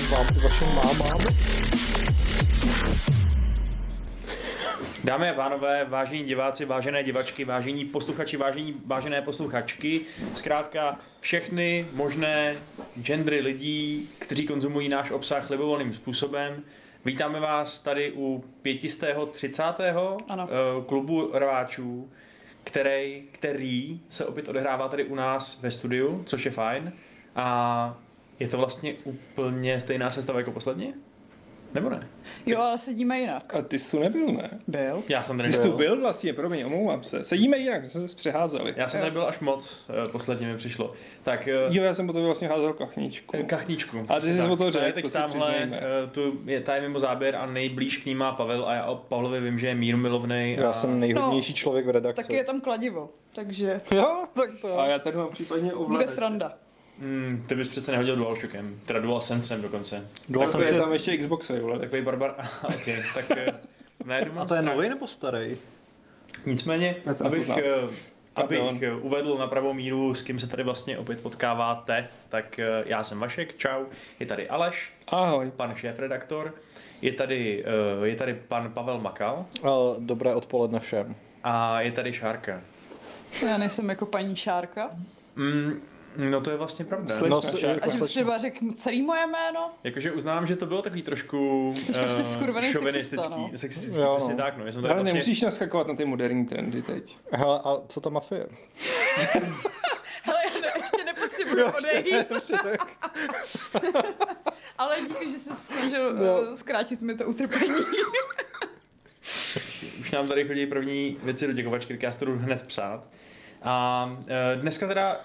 vám i vašim mámám. Dámy a pánové, vážení diváci, vážené divačky, vážení posluchači, vážené posluchačky, zkrátka všechny možné gendery lidí, kteří konzumují náš obsah libovolným způsobem. Vítáme vás tady u 530. klubu rváčů, který se opět odehrává tady u nás ve studiu, což je fajn. A je to vlastně úplně stejná sestava jako posledně? Nebo ne? Jo, ale sedíme jinak. A ty jsi tu nebyl, ne? Byl. Já jsem tady Ty jsi nebyl. tu byl vlastně, promiň, omlouvám se. Sedíme jinak, my jsme se přeházeli. Já jsem tady byl až moc, posledně mi přišlo. Tak, Jo, já jsem po to vlastně házel kachničku. Kachničku. A ty jsi o to řekl, teď to si tamhle, přiznejme. tu je tady mimo záběr a nejblíž k ní má Pavel a já o Pavlovi vím, že je mírumilovnej. Já jsem nejhodnější člověk v redakci. Taky je tam kladivo, takže Jo, tak to. A já tady mám případně bude ovladač. sranda. Ty bys přece nehodil DualShockem, teda DualSensem dokonce. Tak je tam ještě Xboxový ovladač. Takový barbar, okay, tak najedu mám A to je strach. nový nebo starý? Nicméně, Já to abych poznám. uvedl na pravou míru, s kým se tady vlastně opět potkáváte, tak já jsem Vašek, čau, je tady Aleš, Ahoj. pan šéfredaktor, je tady pan Pavel Makal Dobré odpoledne všem. a je tady Šárka. Já nejsem jako paní Šárka. No to je vlastně pravda. No, A že třeba řeknu celý moje jméno? Jakože uznám, že to bylo takový trošku Jsi prostě skurvený šovinistický, sexista, no. sexistický, Jo, přesně no. tak, no. Já jsem tady Ale vlastně, nemusíš naskakovat na ty moderní trendy teď. Hele, a co ta mafie? Hele, já ještě nepotřebuji odejít. Ale díky, že jsi snažil zkrátit mi to utrpení. už nám tady chodí první věci do děkovačky, tak já si to jdu hned psát. A dneska teda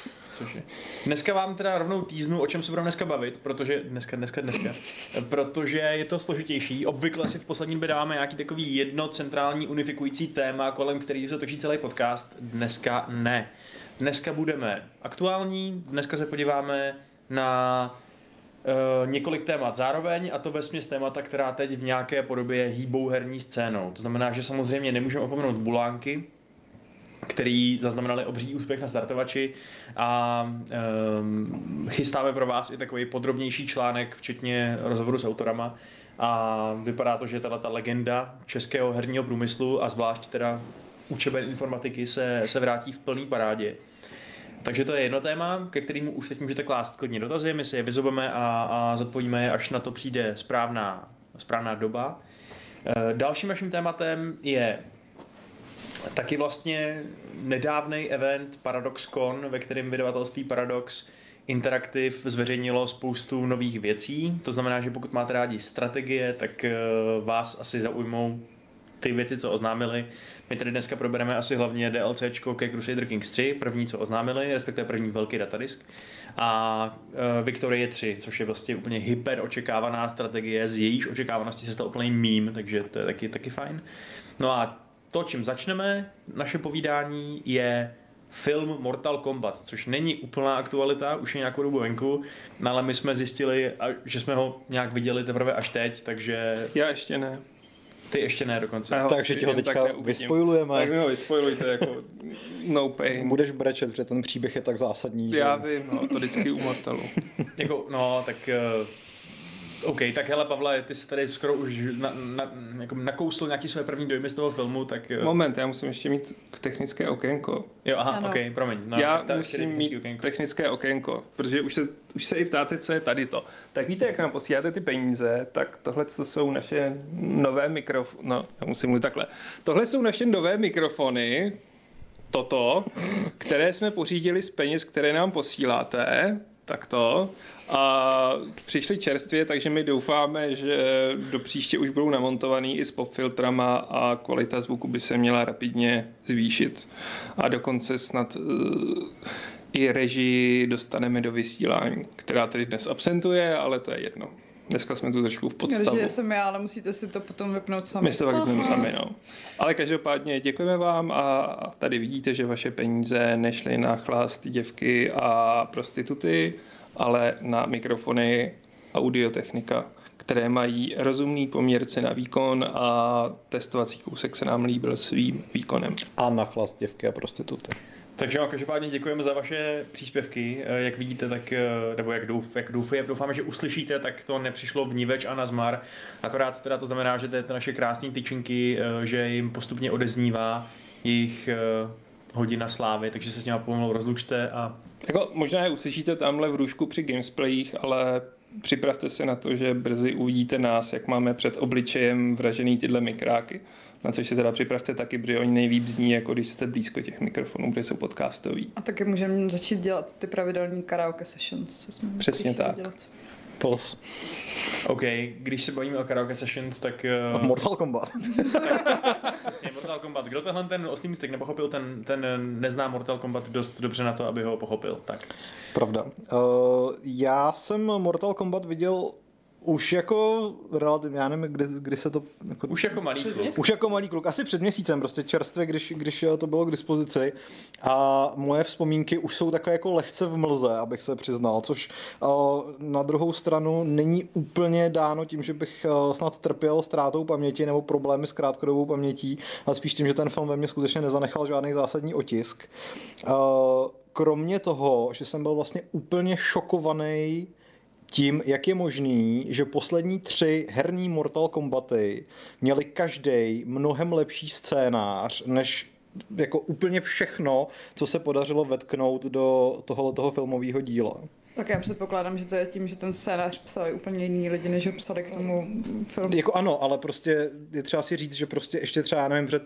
Dneska vám teda rovnou týznu, o čem se budeme dneska bavit, protože protože je to složitější. Obvykle si v posledním dáváme nějaký takový jedno centrální unifikující téma, kolem který se točí celý podcast. Dneska ne. Dneska budeme aktuální, dneska se podíváme na několik témat zároveň, a to vesměs témata, která teď v nějaké podobě hýbou herní scénou. To znamená, že samozřejmě nemůžeme opomenout bulánky, který zaznamenali obří úspěch na startovači, a chystáme pro vás i takový podrobnější článek, včetně rozhovoru s autorama, a vypadá to, že tato legenda českého herního průmyslu a zvlášť teda učeben informatiky se vrátí v plný parádě. Takže to je jedno téma, ke kterému už teď můžete klást klidně dotazy, my si je vyzobeme a zodpovíme je, až na to přijde správná doba. Dalším naším tématem je taky vlastně nedávnej event ParadoxCon, ve kterém vydavatelství Paradox Interactive zveřejnilo spoustu nových věcí. To znamená, že pokud máte rádi strategie, tak vás asi zaujmou ty věci, co oznámili. My tady dneska probereme asi hlavně DLCčko ke Crusader Kings 3, první, co oznámili, respektive první velký datadisk, a Victorie 3, což je vlastně úplně hyper očekávaná strategie, z jejíž očekávanosti se stal úplný meme, takže to je taky fajn. No a to, čím začneme naše povídání, je film Mortal Kombat, což není úplná aktualita, už je nějakou dobu venku, ale my jsme zjistili, že jsme ho nějak viděli teprve až teď, takže Já ještě ne. ty ještě ne dokonce. Takže ti ho teďka vyspojujeme. Tak mi ho vyspojujte, jako no pain. Budeš brečet, protože ten příběh je tak zásadní. Já že... vím, no, to vždycky u Mortalu. Jako, no, tak OK, tak hele Pavle, ty jsi tady skoro už jako nakousl nějaký své první dojmy z toho filmu, tak... Moment, já musím ještě mít technické okénko. Jo, aha, Ano. OK, promiň. No, Já tak musím mít okénko. technické okénko, protože už se i ptáte, co je tady to. Tak víte, jak nám posíláte ty peníze, tak tohle jsou naše nové mikrofony, no, já musím mluvit takhle. Tohle jsou naše nové mikrofony, které jsme pořídili z peněz, které nám posíláte, takto, a přišli čerstvě, takže my doufáme, že do příště už budou namontovaný i s popfiltrama a kvalita zvuku by se měla rapidně zvýšit. A dokonce snad i režii dostaneme do vysílání, která tedy dnes absentuje, ale to je jedno. Dneska jsme tu trošku v podstavu. Že jsem já, ale musíte si to potom vypnout sami. My si to tak vypneme sami, no. Ale každopádně děkujeme vám a tady vidíte, že vaše peníze nešly na chlast, děvky a prostituty, ale na mikrofony audiotechnika, které mají rozumný poměr cena výkon, a testovací kousek se nám líbil svým výkonem. A na chlast děvky a prostituty. Takže každopádně děkujeme za vaše příspěvky. Jak vidíte, tak, nebo jak doufáme, že uslyšíte, tak to nepřišlo vníveč a nazmar. Akorát teda to znamená, že ty naše krásné tyčinky, že jim postupně odeznívá jejich hodina slávy, takže se s nimi pomalu rozlučte a... Jako, možná je uslyšíte tamhle v růžku při gamesplayích, ale připravte se na to, že brzy uvidíte nás, jak máme před obličejem vražený tyhle mikráky. Na což se teda připravte taky, protože oni nejlíp zní, jako když jste blízko těch mikrofonů, kde jsou podcastoví. A taky můžeme začít dělat ty pravidelní karaoke sessions. Přesně tak. Plus. OK, když se bavíme o karaoke sessions, tak... Mortal Kombat. Přesně, Mortal Kombat. Kdo tenhle ten oslý můstek nepochopil, ten nezná Mortal Kombat dost dobře na to, aby ho pochopil. Tak. Pravda. Já jsem Mortal Kombat viděl už jako relativně, já nevím, kdy se to... Jako, už jako malý kluk. Už jako malý kluk, asi před měsícem, prostě čerstvě, když to bylo k dispozici. A moje vzpomínky už jsou takové jako lehce v mlze, abych se přiznal, což na druhou stranu není úplně dáno tím, že bych snad trpěl ztrátou paměti nebo problémy s krátkodobou pamětí, ale spíš tím, že ten film ve mně skutečně nezanechal žádný zásadní otisk. Kromě toho, že jsem byl vlastně úplně šokovaný tím, jak je možný, že poslední 3 herní Mortal Kombaty měli každý mnohem lepší scénář, než jako úplně všechno, co se podařilo vetknout do tohoto filmového díla. Tak já předpokládám, že to je tím, že ten scénář psali úplně jiný lidi, než ho psali k tomu filmu. Jako ano, ale prostě je třeba si říct, že prostě ještě třeba, já nevím, před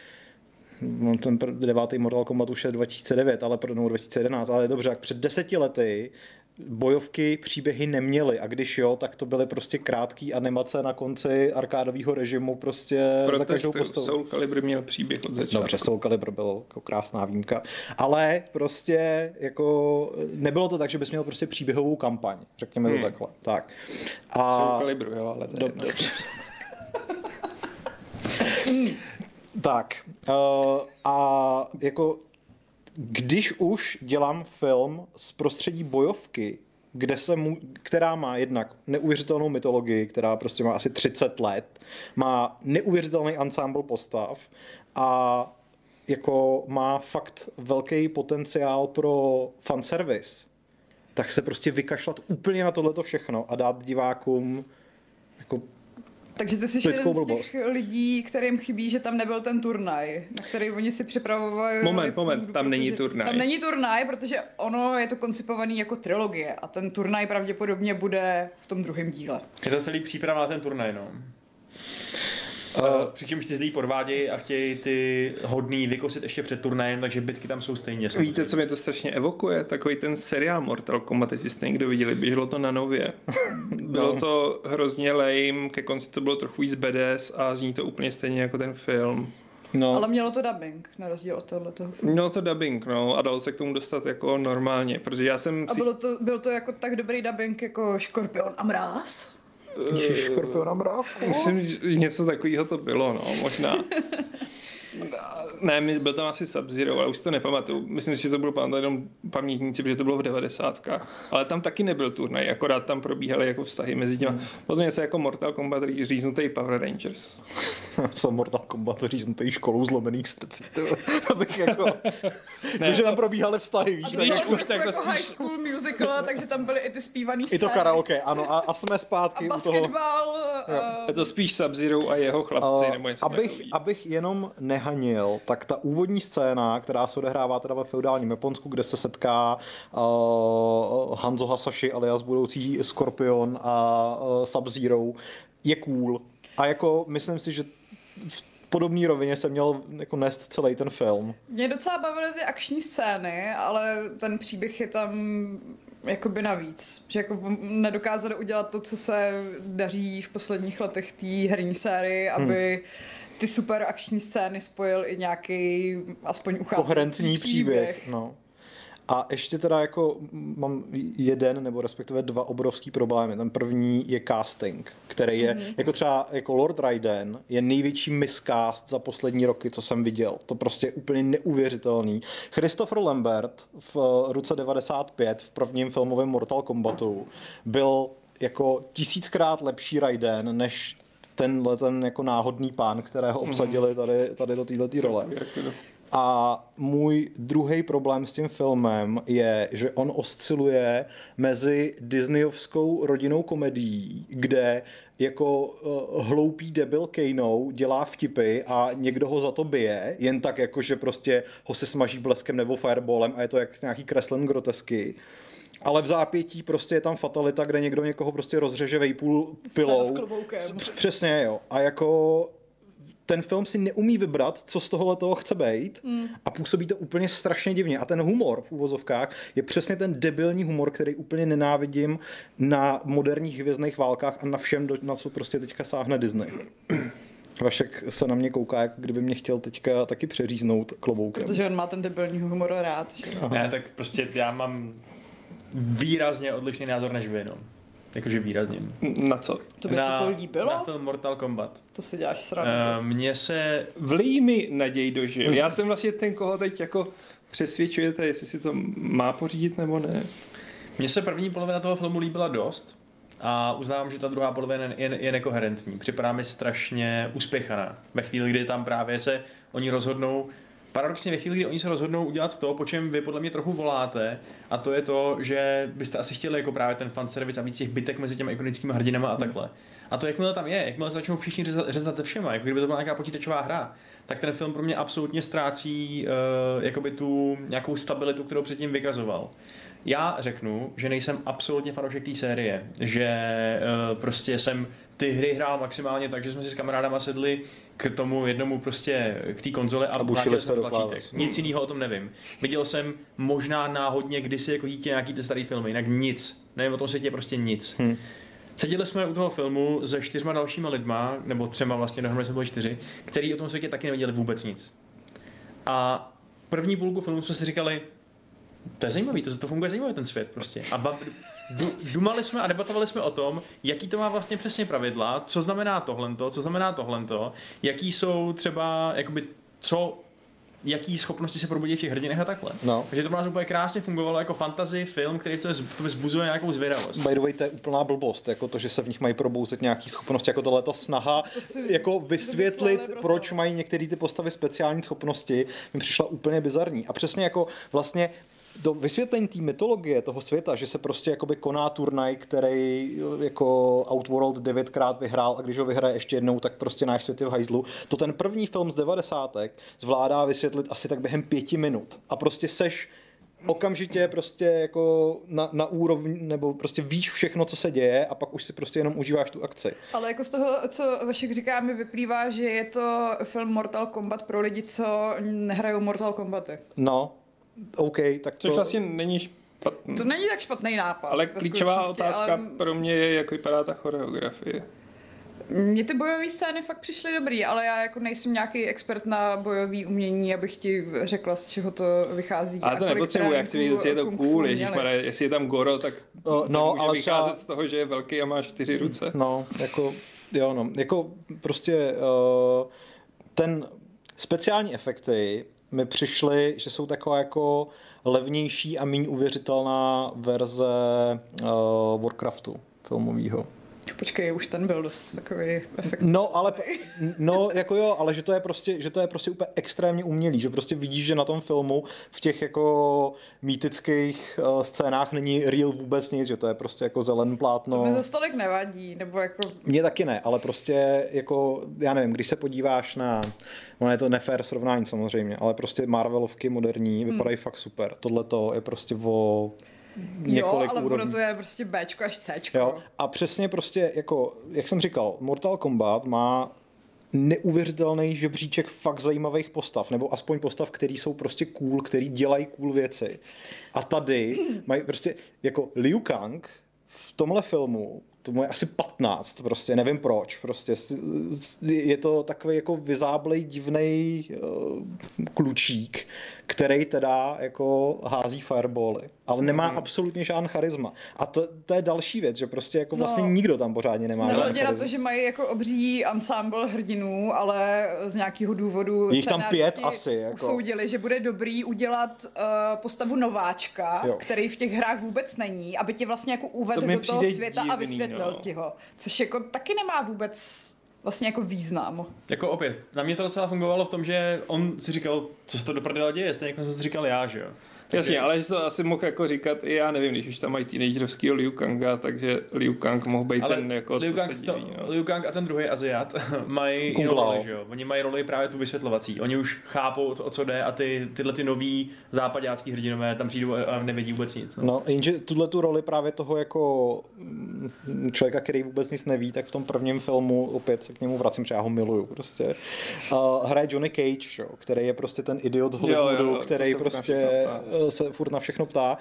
ten 9. Mortal Kombat už je 2009, ale pro 2011, ale dobře, jak před 10 lety bojovky příběhy neměly a když jo, tak to byly prostě krátké animace na konci arkádového režimu prostě za každou postavu. Soul Calibur měl příběh od začátku. Dobře, Soul Calibur byl jako krásná výjimka, ale prostě jako nebylo to tak, že bys měl prostě příběhovou kampaň, řekněme to takhle. Tak. A Soul Calibur, jo, ale to je tak. A jako když už dělám film z prostředí bojovky, která má jednak neuvěřitelnou mytologii, která prostě má asi 30 let, má neuvěřitelný ansámbl postav a jako má fakt velký potenciál pro fanservice, tak se prostě vykašlat úplně na tohleto všechno a dát divákům jako takže ty jsi jeden z těch lidí, kterým chybí, že tam nebyl ten turnaj, na který oni si připravovali... Moment, tam není turnaj. Tam není turnaj, protože ono je to koncipovaný jako trilogie a ten turnaj pravděpodobně bude v tom druhém díle. Je to celý příprava na ten turnaj, no. Přičemž ty zlí podvádějí a chtějí ty hodný vykosit ještě před turnajem, takže bitky tam jsou stejně. Samozřejmě. Víte, co mě to strašně evokuje? Takový ten seriál Mortal Kombat, jestli jste někdo viděli, běželo to na Nově. Bylo to hrozně lame, ke konci to bylo trochu víc badass a zní to úplně stejně jako ten film. No. Ale mělo to dubbing, na rozdíl od tohoto filmu. Mělo to dubbing, no, a dalo se k tomu dostat jako normálně, protože já jsem A bylo to jako tak dobrý dubbing jako Škorpion a mráz? Škorpion a mráv? Myslím, že něco takového to bylo, no, možná. Ne, byl tam asi Sub-Zero, ale už to nepamatuju. Myslím si, že to bylo pamatovat jenom pamětníci, protože to bylo v 90. Ale tam taky nebyl turnaj, akorát tam probíhaly jako vztahy mezi těma. Potom něco jako Mortal Kombat říznutý Power Rangers. Jsem Mortal Kombat říznutý školou zlomených srdcí. To bych jako... Ne, že tam probíhaly vztahy, víš? Když už tak to spíš... High School Musical, takže tam byly i ty zpívaný scény. I to karaoke, ano. A jsme zpátky u toho... A basketbal... Je to spíš Sub-Zero a jeho chlapci, nebo něco abych jenom nehanil, tak ta úvodní scéna, která se odehrává teda ve feudálním Japonsku, kde se setká Hanzo Hasashi alias budoucí Skorpion a Sub-Zero, je cool. A jako myslím si, že v podobné rovině se měl jako nést celý ten film. Mě docela bavily ty akční scény, ale ten příběh je tam jakoby navíc. Že jako nedokázali udělat to, co se daří v posledních letech té herní sérii, aby ty super akční scény spojil i nějaký aspoň ucházející koherentní příběh. No. A ještě teda jako mám jeden nebo respektive 2 obrovský problémy. Ten první je casting, který je jako třeba jako Lord Raiden je největší miscast za poslední roky, co jsem viděl. To prostě je úplně neuvěřitelný. Christopher Lambert v roce 95 v prvním filmovém Mortal Kombatu byl jako 1000krát lepší Raiden než ten jako náhodný pán, kterého obsadili tady do této role. A můj druhý problém s tím filmem je, že on osciluje mezi disneyovskou rodinnou komedií, kde jako hloupý debil Kano dělá vtipy a někdo ho za to bije, jen tak jako, že prostě ho se smaží bleskem nebo fireballem a je to jak nějaký kreslen grotesky. Ale v zápětí prostě je tam fatalita, kde někdo někoho prostě rozřeže vejpůl pilou. Přesně, jo. A jako ten film si neumí vybrat, co z tohohle toho chce být a působí to úplně strašně divně. A ten humor v uvozovkách je přesně ten debilní humor, který úplně nenávidím na moderních hvězdných válkách a na všem, na co prostě teďka sáhne Disney. Vašek se na mě kouká, jako kdyby mě chtěl teďka taky přeříznout kloboukem. Protože on má ten debilní humor rád. Že? Ne, tak prostě já mám výrazně odlišný názor než vy, no. Jakože výrazně. Na co? To by se to líbilo? Na film Mortal Kombat. To si děláš srandu. Mně se... Vlij mi naděj do žil. Já jsem vlastně ten, koho teď jako přesvědčujete, jestli si to má pořídit nebo ne. Mně se první polovina toho filmu líbila dost a uznávám, že ta druhá polovina je nekoherentní. Připadá mi strašně uspěchaná. Ve chvíli, kdy tam právě se oni rozhodnou, paradoxně ve chvíli, kdy oni se rozhodnou udělat to, po čem vy podle mě trochu voláte, a to je to, že byste asi chtěli jako právě ten fanservice a víc těch bitek mezi těmi ikonickými hrdinama a takhle. A to jakmile tam je, jakmile začnou všichni řezat se všema, jako kdyby to byla nějaká počítačová hra, tak ten film pro mě absolutně ztrácí jakoby tu nějakou stabilitu, kterou předtím vykazoval. Já řeknu, že nejsem absolutně fanoušek té série, že prostě jsem ty hry hrál maximálně tak, že jsme si s kamarádama sedli k tomu jednomu prostě k té konzole a bušili jsme tlačítek. Nic jiného o tom nevím. Viděl jsem možná náhodně kdysi jako dítě nějaký ty starý filmy, jinak nic. Nevím o tom světě prostě nic. Seděli jsme u toho filmu se 4 dalšíma lidma, nebo 3 vlastně, dohromady jsme byli 4, který o tom světě taky nevěděli vůbec nic. A první půlku filmu jsme si říkali, to je zajímavý, to funguje zajímavě ten svět prostě. A dumali jsme a debatovali jsme o tom, jaký to má vlastně přesně pravidla, co znamená tohleto, jaký jsou třeba, jakoby, jaký schopnosti se probudí v těch hrdinech a takhle. No. Takže to pro nás úplně krásně fungovalo jako fantasy film, který to vzbuzuje nějakou zvědavost. By the way, to je úplná blbost, jako to, že se v nich mají probouzet nějaký schopnosti, jako tohle ta snaha jako vysvětlit, proč mají některé ty postavy speciální schopnosti, mi přišla úplně bizarní. A přesně jako vlastně to vysvětlení té mytologie toho světa, že se prostě jakoby koná turnaj, který jako Outworld 9krát vyhrál a když ho vyhraje ještě jednou, tak prostě náš svět je v hajzlu. To ten první film z 90. zvládá vysvětlit asi tak během 5 minut. A prostě seš okamžitě prostě jako na úrovni, nebo prostě víš všechno, co se děje a pak už si prostě jenom užíváš tu akci. Ale jako z toho, co Vašek říká, mi vyplývá, že je to film Mortal Kombat pro lidi, co nehrajou Mortal Kombaty. No, OK, tak což vlastně není špatný. To není tak špatný nápad. Ale klíčová otázka pro mě je, jak vypadá ta choreografie. Mně ty bojové scény fakt přišly dobrý, ale já jako nejsem nějaký expert na bojové umění, abych ti řekla, z čeho to vychází. Ale to nepotřebuji, jak si vidět, jestli je to cool, jestli je tam Goro, tak no, může vycházet z toho, že je velký a má 4 ruce. No, jako, jo no, jako prostě ten speciální efekty mi přišly, že jsou taková jako levnější a méně uvěřitelná verze Warcraftu filmovýho. Počkej, už ten byl dost takový efekt. No, ale no, jako jo, ale že to je prostě úplně extrémně umělý, že prostě vidíš, že na tom filmu v těch jako mýtických scénách není real vůbec nic, že to je prostě jako zelený plátno. To mi za stolik nevadí, nebo jako... Mně taky ne, ale prostě jako, já nevím, když se podíváš na, no je to nefér srovnání samozřejmě, ale prostě Marvelovky moderní vypadají fakt super. Tohleto je prostě o několik ale úrovní. to je prostě Bčko až Cčko. Jo, a přesně prostě, jako, jak jsem říkal, Mortal Kombat má neuvěřitelný žebříček fakt zajímavých postav, nebo aspoň postav, který jsou prostě cool, který dělají cool věci. A tady mají prostě, jako Liu Kang v tomhle filmu, to je asi 15, prostě nevím proč, prostě je to takový jako vyzáblej divnej klučík, který teda jako hází firebally, ale nemá absolutně žádný charisma. A to je další věc, že prostě jako vlastně nikdo tam pořádně nemá žádný charisma. Na to, že mají jako obří ensemble hrdinů, ale z nějakého důvodu jich tam 5 asi, jako usoudili, že bude dobrý udělat postavu nováčka, který v těch hrách vůbec není, aby tě vlastně jako uvedl do toho světa a vysvětlil ti ho. Což jako taky nemá vůbec vlastně jako význam. Jako opět, na mě to docela fungovalo v tom, že on si říkal, co se to do prdele děje, stejně jako jsem si říkal já, že jo. Jasně, ale že to asi mohl jako říkat i já nevím, když už tam mají teenagerovskýho Liu Kanga, takže Liu Kang mohl být ale ten jako, Liu co Kang, se diví, no. Liu Kang a ten druhý Aziat mají jinou roli, že jo. Oni mají roli právě tu vysvětlovací. Oni už chápou, o co jde a tyhle ty noví západácký hrdinové tam přijdou a nevědí vůbec nic. No, jenže tu roli právě toho jako člověka, který vůbec nic neví, tak v tom prvním filmu opět se k němu vracím, protože já ho miluju prostě. Hraje Johnny Cage, jo, který je prostě ten idiot z Hollywoodu, který prostě se furt na všechno ptá.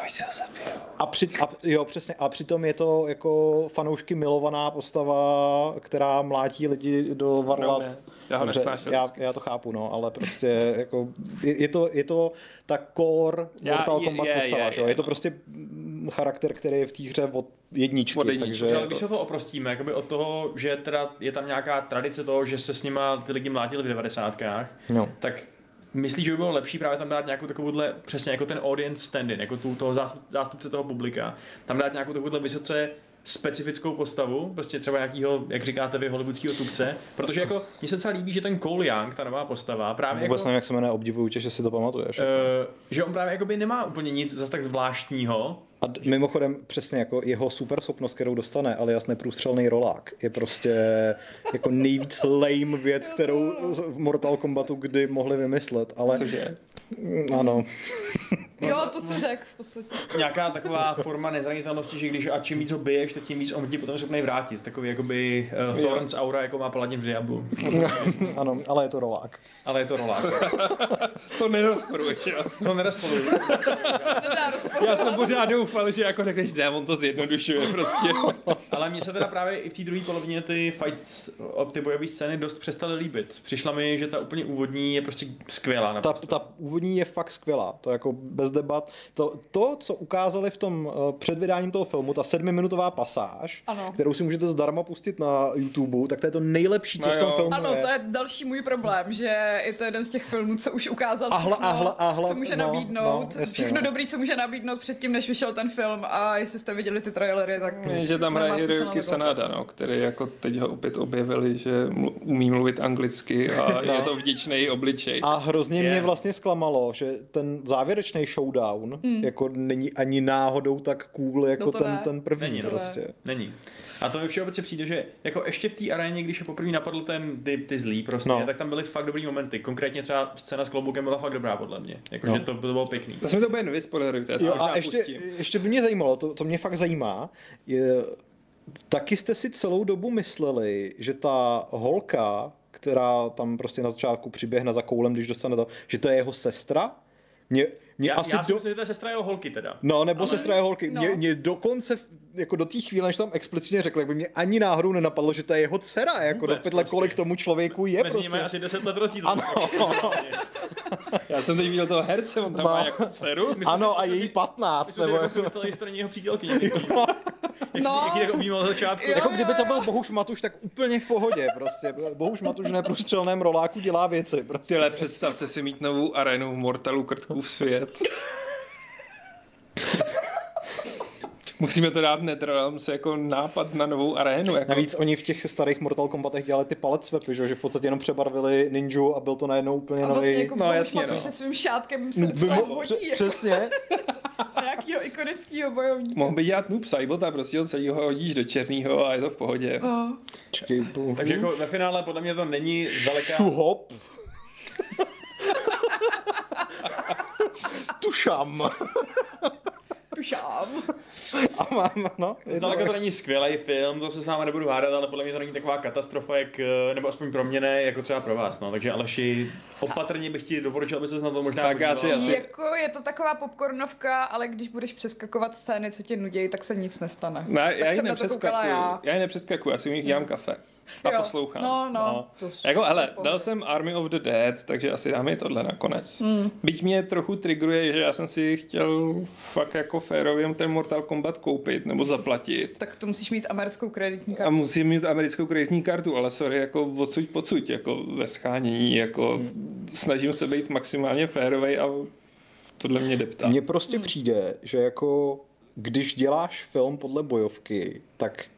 Přesně. A přitom je to jako fanoušky milovaná postava, která mlátí lidi do varlat. Já to chápu, no, ale prostě jako je to ta core Mortal Kombat postava, že jo? Je to prostě charakter, který je v té hře od jedničky. Takže ale když se to oprostíme, jakoby od toho, že teda je tam nějaká tradice toho, že se s nima ty lidi mlátili v 90kách, tak myslíš, že by bylo lepší právě tam dát nějakou takovouhle, přesně jako ten audience stand-in, jako toho zástupce toho publika, tam dát nějakou takovouhle vysoce specifickou postavu, prostě třeba nějakýho, jak říkáte vy, hollywoodského tupce, protože jako mně se docela líbí, že ten Cole Young, ta nová postava, právě vůbec jako, nevím, jak se jmenuje, obdivuju tě, že si to pamatuješ. Že on právě jakoby nemá úplně nic zas tak zvláštního. A mimochodem přesně jako jeho super schopnost, kterou dostane, alias neprůstřelný rolák, je prostě jako nejvíc lame věc, kterou v Mortal Kombatu kdy mohli vymyslet, ale... Cože? Ano. Jo, to co řekl v podstatě. Nějaká taková forma nezranitelnosti, že když a čím víc ho biješ, tak tím víc on ti potom schopnej vrátit. Takový jakoby Thorns aura, jako má Paladin v Diablu. Ano, ale je to rolák. Ale je to rolák. To nerozporuješ, jo? To nerozporuji. Já jsem pořád doufal, že jako řekneš, ne, on to zjednodušuje prostě. Ale mně se teda právě i v té druhé polovině ty fights, ty bojové scény dost přestaly líbit. Přišla mi, že ta úplně úvodní je prostě skvělá. Ta úvodní je fakt skvělá, to jako bez debat. To, co ukázali v tom před vydáním toho filmu, ta 7minutová pasáž, kterou si můžete zdarma pustit na YouTube, tak to je to nejlepší, co v tom filmu je. Ano, to je další můj problém, že je to jeden z těch filmů, co už ukázal všechno, co může nabídnout. Všechno dobrý, co může nabídnout předtím, než vyšel ten film, a jestli jste viděli ty trailery, tak... Že tam hraje Hiroyuki Sanada, no, který jako teď ho opět objevili, že umí mluvit anglicky a je to vděčný obličej. A hrozně mě vlastně zklamalo, že ten závěrečný showdown jako není ani náhodou tak cool jako ten první. Není, prostě. Není. A to mi všeobecně přijde, že jako ještě v té aréně, když je poprvé napadl ty zlý prostě, tak tam byly fakt dobrý momenty. Konkrétně třeba scéna s kloboukem byla fakt dobrá podle mě. Jakože to bylo pěkný. To jsme to bude nevyspoileruj, to jo, a ještě by mě zajímalo, to mě fakt zajímá, taky jste si celou dobu mysleli, že ta holka, která tam prostě na začátku přiběhne za koulem, když dostane to, že to je jeho sestra? Já si myslím, že to je sestra jeho holky teda. No, nebo sestra jeho holky. Mě dokonce, jako do té chvíle, než tam explicitně řekl, jak by mě ani náhodou nenapadlo, že to je jeho dcera, jako do pytle, kolik tomu člověku je. Mezi nimi asi 10 let rozdíl. Ano. Já jsem teď viděl toho herce, on tam má jako dceru. Ano, a její 15. Nebo jako si myslel, že to není jeho přítelkyně. Jak tak objímal od začátku. Jako kdyby to byl Bohuš Matuš, tak úplně v pohodě prostě. Bohuš Matuš v neprůstřelném roláku dělá věci. Prostě. Tyhle, představte si mít novou arénu v Mortalu Krtkův svět. Musíme to dát se jako nápad na novou arénu. Jako. Navíc oni v těch starých Mortal Kombatech dělali ty palec swapy, že v podstatě jenom přebarvili ninju a byl to najednou úplně nový. Vlastně jako no jasně, no. Se svým šátkem se docela hodí. Přesně. Nějakýho ikonického bojovníka. Mohl by dělat noob Saibota, prostě ho celýho hodíš do černýho a je to v pohodě. No. Takže jako ve finále podle mě to není zdaleka... Šuhop. Tušám. A mám, no. Zdaleka to není skvělý film, to se s váma nebudu hádat, ale podle mě to není taková katastrofa, nebo aspoň pro mě ne, jako třeba pro vás, no. Takže Aleši, opatrně bych ti doporučil, aby se na to možná podíval. Jako je to taková popcornovka, ale když budeš přeskakovat scény, co tě nudějí, tak se nic nestane. Ne, já ji nepřeskakuju, já si dělám kafe. A poslouchám. No. Jako, hele, dal jsem Army of the Dead, takže asi dáme tohle nakonec. Byť mě trochu trigruje, že já jsem si chtěl fakt jako férově ten Mortal Kombat koupit nebo zaplatit. Tak to musíš mít americkou kreditní kartu. A musím mít americkou kreditní kartu, ale sorry, jako odsuť pocud, jako ve schánění, jako snažím se být maximálně férovej a tohle mě deptá. Mně prostě přijde, že jako když děláš film podle bojovky, tak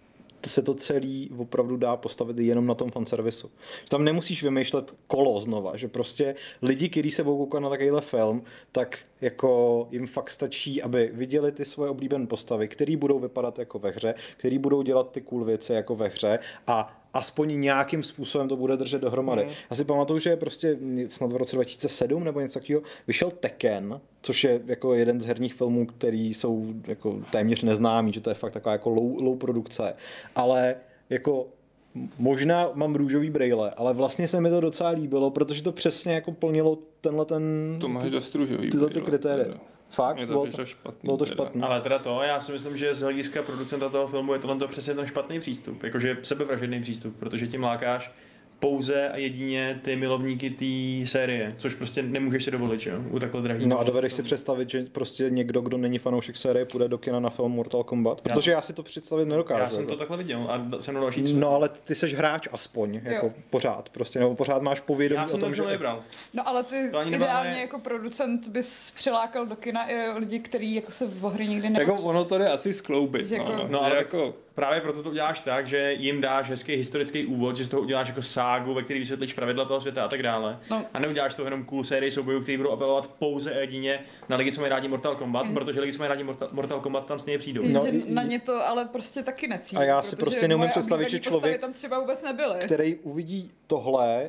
se to celý opravdu dá postavit jenom na tom fanservisu. Že tam nemusíš vymýšlet kolo znova, že prostě lidi, kteří se budou koukat na takovýhle film, tak jako jim fakt stačí, aby viděli ty svoje oblíbené postavy, který budou vypadat jako ve hře, který budou dělat ty cool věci jako ve hře a aspoň nějakým způsobem to bude držet dohromady. Já si pamatuju, že prostě snad v roce 2007 nebo něco takového vyšel Tekken, což je jako jeden z herních filmů, který jsou jako téměř neznámý, že to je fakt taková jako low produkce, ale jako možná mám růžový brejle, ale vlastně se mi to docela líbilo, protože to přesně jako plnilo To máš dost růžový tyhle brejle. ty kritéria. Fakt? Bylo to špatný. Ale teda to, já si myslím, že z hlediska producenta toho filmu je tohle přesně ten špatný přístup, jakože sebevražedný přístup, protože tím lákáš pouze a jedině ty milovníky té série, což prostě nemůžeš si dovolit, že jo, u takhle drahý. No a dovedeš si představit, že prostě někdo, kdo není fanoušek série, půjde do kina na film Mortal Kombat? Protože já si to představit nedokážu. Já jsem to takhle viděl a jsem další. No ale ty seš hráč aspoň, jako pořád, prostě, nebo pořád máš povědomí Já jsem o tom, to že... nevybral. No ale ty To ani ideálně nemáme- jako producent bys přilákal do kina i lidi, kteří jako se v hry nikdy Jako nepotřebují. ono to jde asi skloubit. Že jako- No, ale jako... Právě proto to uděláš tak, že jim dáš hezký historický úvod, že z toho uděláš jako ságu, ve který vysvětlíš pravidla toho světa a tak dále. No. A neuděláš to jenom cool sérii soubojů, který budou apelovat pouze a jedině na lidi, co mají rádi Mortal Kombat, protože lidi, co mají rádi Mortal Kombat, tam stejně přijdou. No, Že na ně to ale prostě taky necítí. A já si protože prostě neumím moje představit, oblíbený že postavy člověk- tam třeba vůbec nebyly. který uvidí tohle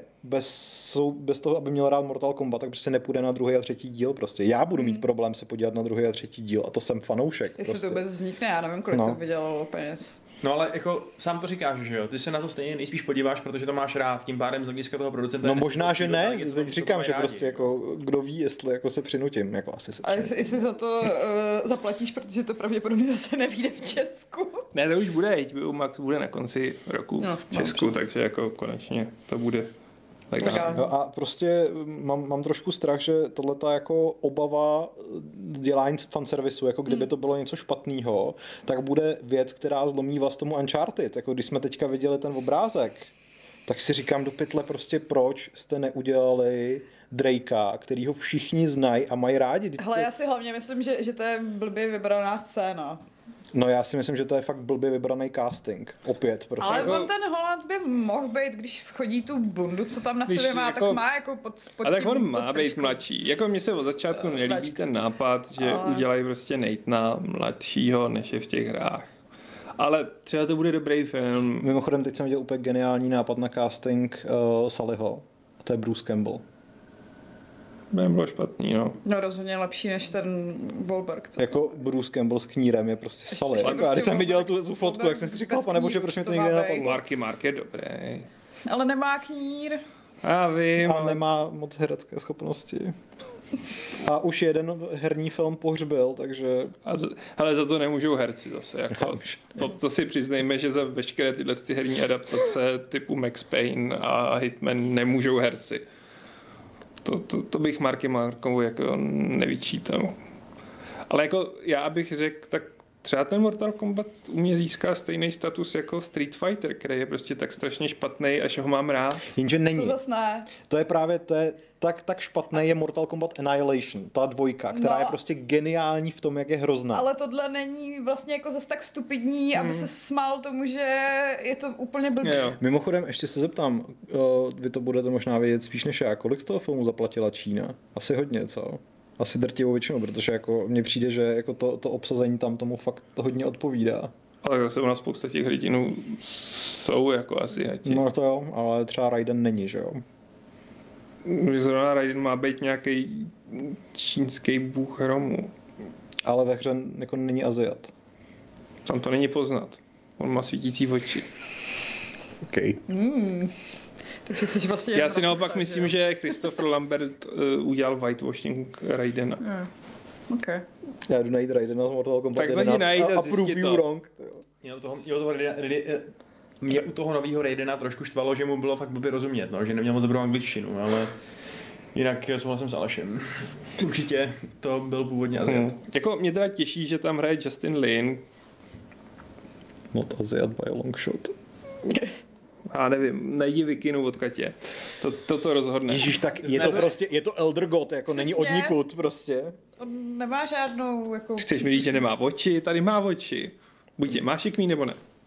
bez toho, aby měl rád Mortal Kombat, tak prostě nepůjde na druhý a třetí díl prostě. Já budu mít problém se podívat na druhý a třetí díl a to jsem fanoušek. Jestli prostě. to vůbec vznikne, já nevím, kolik No. to vydělalo peněz. No ale jako sám to říkáš, že jo, ty se na to stejně nejspíš podíváš, protože to máš rád, tím pádem z hlediska toho producenta. No je možná, že ne, lidi, co teď to říkám, mají že rádi. prostě jako, kdo ví, jestli jako se přinutím, jako asi se A přinutím. jestli za to zaplatíš, protože to pravděpodobně zase nevíde v Česku. Ne, to už bude, HBO Max bude na konci roku No, v Česku, takže jako konečně to bude legální. No a prostě mám trošku strach, že tohleta jako obava dělání fanservisu, jako kdyby to bylo něco špatného, tak bude věc, která zlomí vás tomu Uncharted. Jako když jsme teďka viděli ten obrázek, tak si říkám do pytle prostě proč jste neudělali Drakea, který ho všichni znají a mají rádi. Vždyť Hele, to- já si hlavně myslím, že to je blbě vybraná scéna. No já si myslím, že to je fakt blbě vybraný casting. Opět prostě. Ale jako- on ten Holland by mohl být, když schodí tu bundu, co tam na Víš, sobě má, jako- tak má jako pod A tak tím on to má být tričko. mladší. Jako mně se od začátku nelíbí mladší. ten nápad, že Ale- udělají prostě Nathana mladšího, než je v těch hrách. Ale třeba to bude dobrý film. Mimochodem teď jsem viděl úplně geniální nápad na casting Sullyho. A to je Bruce Campbell. Nebylo špatný, no. No rozhodně lepší než ten Wahlberg. Co? Jako Bruce Campbell s knírem je prostě Sully. ještě Jako, prostě já když jsem viděl Wahlberg- tu fotku, jak jsem si říkal, bez pane bože, kníru proč mi to to nikdy má nenapadlo. Marky je dobrý. Ale nemá knír. Já vím, A ale... nemá moc herecké schopnosti. A už jeden herní film pohřbil, takže... Ale za to nemůžou herci zase. Jako, to si přiznejme, že za veškeré tyhle ty herní adaptace typu Max Payne a Hitman nemůžou herci. To bych Marky Markovu jako nevyčítal. Ale jako já bych řekl, tak třeba ten Mortal Kombat u mě získá stejný status jako Street Fighter, který je prostě tak strašně špatný, až ho mám rád. Jenže To není. zas ne. To je právě, tak špatné je Mortal Kombat Annihilation, ta dvojka, která No. je prostě geniální v tom, jak je hrozná. Ale tohle není vlastně jako zas tak stupidní, aby se smál tomu, že je to úplně blbý. Jo. Mimochodem, ještě se zeptám, vy to budete možná vědět spíš než já, kolik z toho filmu zaplatila Čína? Asi hodně, co? Asi drtivou většinu, protože jako mně přijde, že jako to obsazení tam tomu fakt hodně odpovídá. Ale zase u nás spousta těch hrdinů jsou jako Asiati. No to jo, ale třeba Raiden není, že jo? Zrovna Raiden má být nějaký čínský bůh Romu. Ale ve hře jako není Aziat. Tam to není poznat. On má svítící oči. Okay. Takže jsi vlastně Já jako si naopak rasista, myslím, že Christopher Lambert udělal whitewashing Raidena. jo? Okay. Já jdu najít Raidena z Mortal Kombat Tak to 11 najít a a zjistí prove you to. wrong. Mě u toho nového Raidena trošku štvalo, že mu bylo fakt blbě rozumět, no, že neměl moc dobrou angličtinu, ale jinak souhlasím s Alešem. Určitě to byl původně Aziat. Jako mě teda těší, že tam hraje Justin Lin. Not Aziat by a long shot. Já nevím, najdi Vikinu od Katě. To rozhodne. Ježíš, tak je to prostě, je to Elder God, jako není Přesně. odnikud prostě. On nemá žádnou jako... Chceš mi říct, že nemá oči? Tady má oči. Buď je, máš šikmý nebo ne?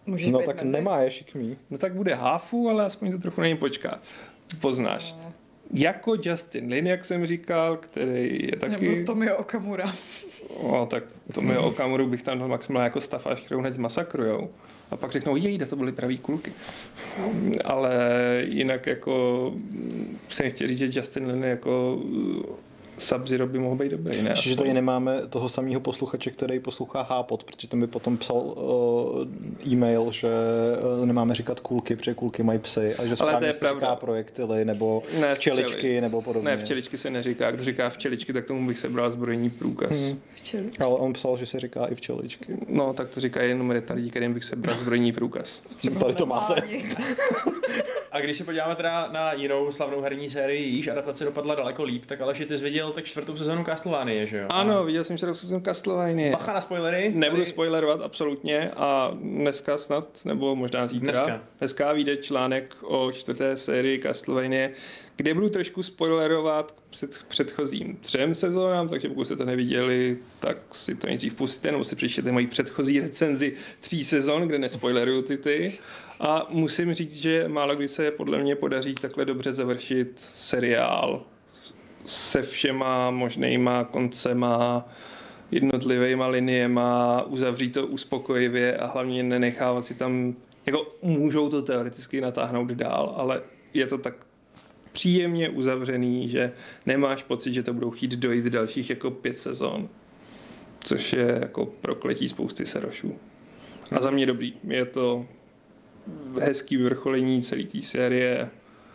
Můžeš No být tak mezi. nemá, je šikmý. No tak bude háfu, ale aspoň to trochu na něj počká. Poznáš. Jako Justin Lin, jak jsem říkal, který je taky... Nebo Tomio Okamura. No, tak Tomio Okamuru bych tam dal maximálně jako stafáž, kterou hned zmasakrujou. A pak řeknou, jejda, to byly pravý kulky. Ale jinak jako jsem chtěl říct, že Justin Lin jako Sub-Zero by mohl být dobrý, ne? Že tady nemáme toho samého posluchače, který poslouchá Hápot, protože ten by potom psal e-mail, že nemáme říkat kulky, protože kulky mají psy, a že správně se říká projektily, nebo ne, včeličky, nebo podobně. Ne, včeličky se neříká. Kdo říká včeličky, tak tomu bych sebral zbrojní průkaz. Včeličky. Ale on psal, že se říká i včeličky. No, tak to říká jenom retardí, kterým bych sebral zbrojní průkaz. Tady to máte. A když se podíváme teda na jinou slavnou herní sérii, již adaptace dopadla daleko líp, tak Aleši, ty jsi viděl tak 4. sezónu Castlevanie, že jo? Ano, viděl jsem 4. sezónu Castlevanie. Bacha na spoilery. Nebudu spoilerovat absolutně a dneska snad, nebo možná zítra, dneska vyjde článek o 4. sérii Castlevanie, kde budu trošku spoilerovat předchozím 3 sezónám, takže pokud jste to neviděli, tak si to nejdřív pustíte, nebo si přečtěte moji předchozí recenzi 3 sezon, kde nespoileruju ty. A musím říct, že málo kdy se podle mě podaří takhle dobře završit seriál se všema možnýma koncema, jednotlivýma liniema, uzavřít to uspokojivě a hlavně nenechávat si tam, jako můžou to teoreticky natáhnout dál, ale je to tak příjemně uzavřený, že nemáš pocit, že to budou chtít dojít dalších jako 5 sezon, což je jako prokletí spousty serošů. A za mě dobrý. Je to hezký vyvrcholení celé té série.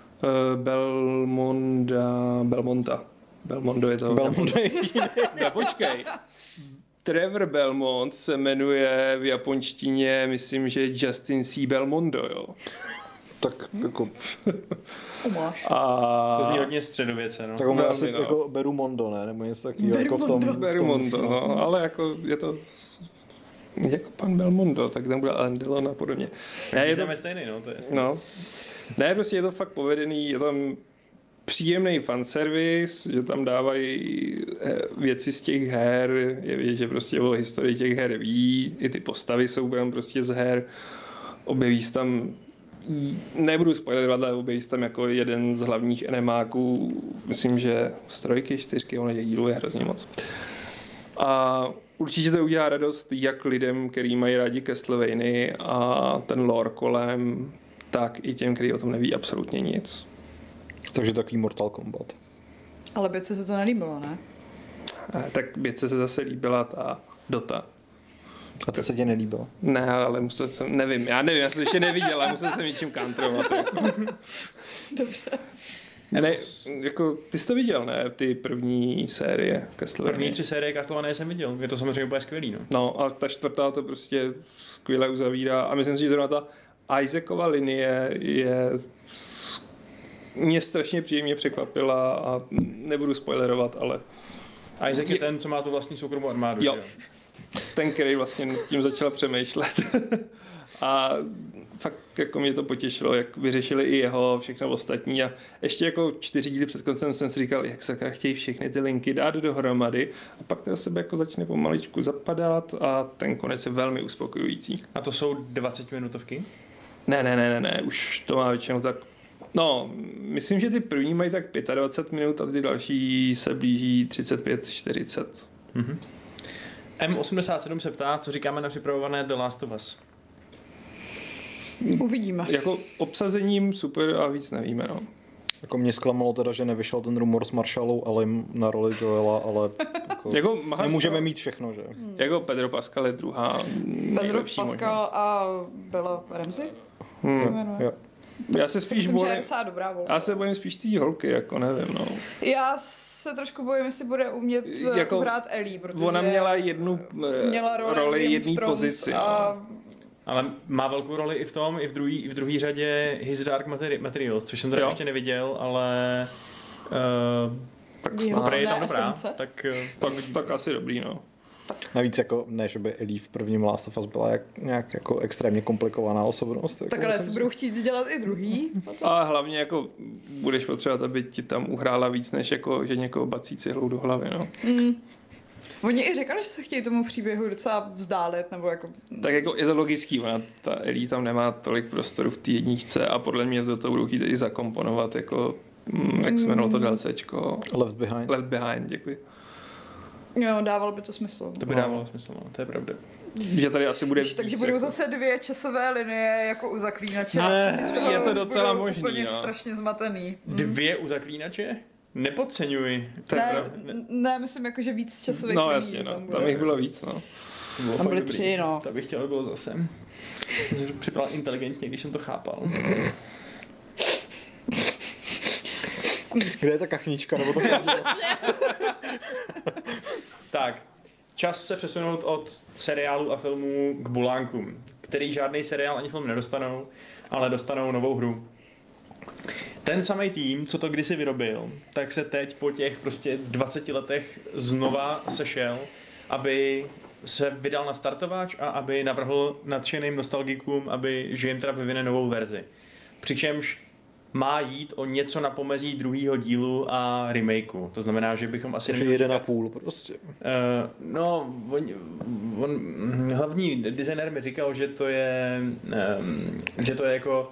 Belmondo je to. Belmondo je Ne, počkej. Trevor Belmont se jmenuje v japonštině, myslím, že Justin C. Belmondo, jo. Tak jako... Umáš. A... To zní hodně středověce, no. Tak on Velmi, asi no. jako Berumondo, ne? Nebo něco takového jako v tom... Berumondo, no, ale jako je to jako pan Belmondo, tak tam bude Alain Delon a podobně. Ne, je to stejný, no, to je jasný. no. Ne, prostě je to fakt povedený, je tam příjemný fanservice, že tam dávají věci z těch her, je vidět, že prostě o historii těch her ví, i ty postavy jsou tam prostě z her, objeví se tam, nebudu spoilerovat, ale objeví se tam jako jeden z hlavních enemáků, myslím, že z 3, 4, on je dílu je hrozně moc. A určitě to udělá radost jak lidem, kteří mají rádi Castlevanii a ten lore kolem, tak i těm, kteří o tom neví absolutně nic. Takže takový Mortal Kombat. Ale Bětce se to nelíbilo, ne? Tak Bětce se zase líbila ta Dota. A to se tě nelíbilo? Ne, ale musel jsem, nevím, já jsem ještě neviděl, ale musel jsem něčím counterovat. Jako. Dobře. Ne, jako, ty jsi to viděl, ne? Ty první série Castlevania. První 3 série Castlevania jsem viděl, je to samozřejmě úplně skvělý, no. No a ta 4. to prostě skvěle uzavírá a myslím si, že zrovna ta Isaacova linie mě strašně příjemně překvapila a nebudu spoilerovat, ale... Isaac je ten, co má tu vlastní soukromou armádu, jo. že jo? Ten, který vlastně tím začal přemýšlet. A fakt jako mě to potěšilo, jak vyřešili i jeho, všechno ostatní. A ještě jako 4 díly před koncem jsem si říkal, jak sakra chtějí všechny ty linky dát dohromady. A pak to do sebe jako začne pomaličku zapadat a ten konec je velmi uspokojující. A to jsou 20-minutovky? Ne, už to má většinou tak... No, myslím, že ty první mají tak 25 minut a ty další se blíží 35-40. Mhm. M87 se ptá, co říkáme na připravované The Last of Us. Uvidíme. Jako obsazením super a víc nevíme, no. Jako mě zklamalo teda, že nevyšel ten rumor s Marshallou Alim na roli Joela, ale jako nemůžeme mít všechno, že? Jako Pedro Pascal je druhá Pedro Pascal a Bella Ramsey? Se jmenuje? Jo. Já se spíš Myslím, že je bojím, docela dobrá volba. já se bojím spíš té holky, jako nevím, no. Já se trošku bojím, jestli bude umět Jako uhrát Ellie, protože ona měla jednu měla roli jedné pozici. A No. Ale má velkou roli i v tom, i v druhé řadě His Dark Materials, což jsem teda ještě neviděl, ale jeho je tam hlavné dobrá, esence. tak Tak asi dobrý, no. Navíc jako, ne, že by Ellie v prvním Last of Us byla nějak jako extrémně komplikovaná osobnost. Jako Tak ale si budou chtít dělat i druhý. A hlavně jako budeš potřebovat, aby ti tam uhrála víc, než jako, že někoho bací cihlou do hlavy, no. Oni i říkali, že se chtějí tomu příběhu docela vzdálit, nebo jako... Tak jako je to logický, ona, ta Ellie tam nemá tolik prostoru v té jedničce a podle mě do toho budou chtít i zakomponovat jako, jak se jmenovalo to DLCčko? Left Behind. Left Behind, děkuji. Jo, dávalo by to smysl. To by dávalo smysl, no, to je pravda. Že tady asi bude Takže víc, budou jako... zase 2 časové linie jako u Zaklínače. Ne, je to Budou docela možný, úplně no. strašně zmatený. 2 u Zaklínače? Nepodceňuji. Ne, myslím jako, že víc časových No linií jasně, no, tam bude. tam jich bylo víc, no. Tam byly 3, no. To bych chtěl, aby bylo zase. Připadal inteligentně, když jsem to chápal. Kde je ta kachnička, nebo to Tak, čas se přesunout od seriálu a filmů k bulánkům, který žádný seriál ani film nedostanou, ale dostanou novou hru. Ten samý tým, co to kdysi vyrobil, tak se teď po těch prostě 20 letech znova sešel, aby se vydal na startovač a aby navrhl nadšeným nostalgikům, že jim teda vyvine novou verzi. Přičemž má jít o něco na pomezí druhého dílu a remakeu. To znamená, že bychom asi... Takže 1,5 prostě. No, hlavní designer mi říkal, že to je jako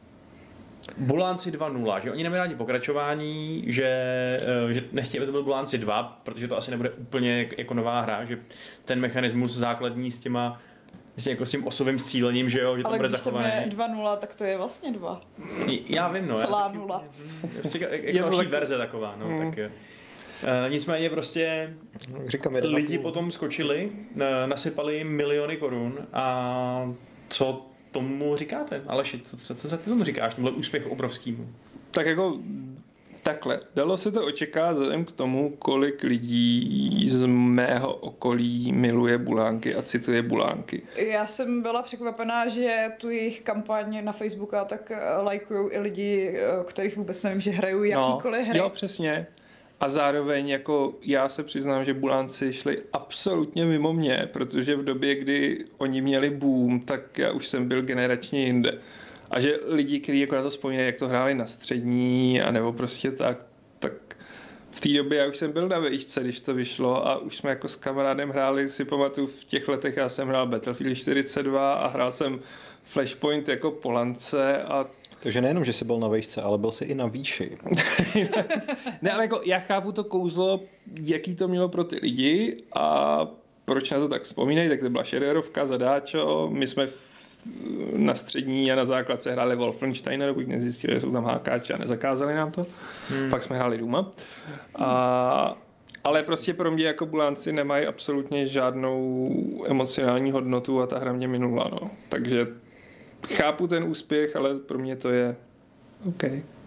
Bulánci 2.0, že oni nemají rádi pokračování, že nechtějí, aby to byl Bulánci 2, protože to asi nebude úplně jako nová hra, že ten mechanismus základní s těma jako s tím osovým střílením, že jo, že to bude zachované. Ale když tam je 2.0, tak to je vlastně 2. Já vím, no. Celá nula. Jako další verze taková, no, tak jo. Nicméně prostě lidi potom skočili, nasypali miliony korun a co tomu říkáte? Aleši, co ty tomu říkáš, tohle úspěch obrovskýmu? Tak jako takhle, dalo se to očekávat vzhledem k tomu, kolik lidí z mého okolí miluje bulánky a cituje bulánky. Já jsem byla překvapená, že tu jejich kampaň na Facebooku tak lajkujou i lidi, kterých vůbec nevím, že hrajou jakýkoliv hry. Jo, přesně. A zároveň jako já se přiznám, že bulánci šli absolutně mimo mě, protože v době, kdy oni měli boom, tak já už jsem byl generačně jinde. A že lidi, kteří jako na to vzpomínají, jak to hráli na střední, anebo prostě tak v té době já už jsem byl na výšce, když to vyšlo a už jsme jako s kamarádem hráli, si pamatuju, v těch letech já jsem hrál Battlefield 42 a hrál jsem Flashpoint jako po lance a takže nejenom, že jsi byl na výšce, ale byl jsi i na výši. Ne, ale jako já chápu to kouzlo, jaký to mělo pro ty lidi a proč na to tak vzpomínají, tak to byla šererovka, zadáčo, my jsme na střední a na základce hráli Wolfensteina, dokud nezjistili, že jsou tam hákáči a nezakázali nám to. Pak jsme hráli Duma. Ale prostě pro mě jako bulánci nemají absolutně žádnou emocionální hodnotu a ta hra mě minula. No. Takže chápu ten úspěch, ale pro mě to je OK.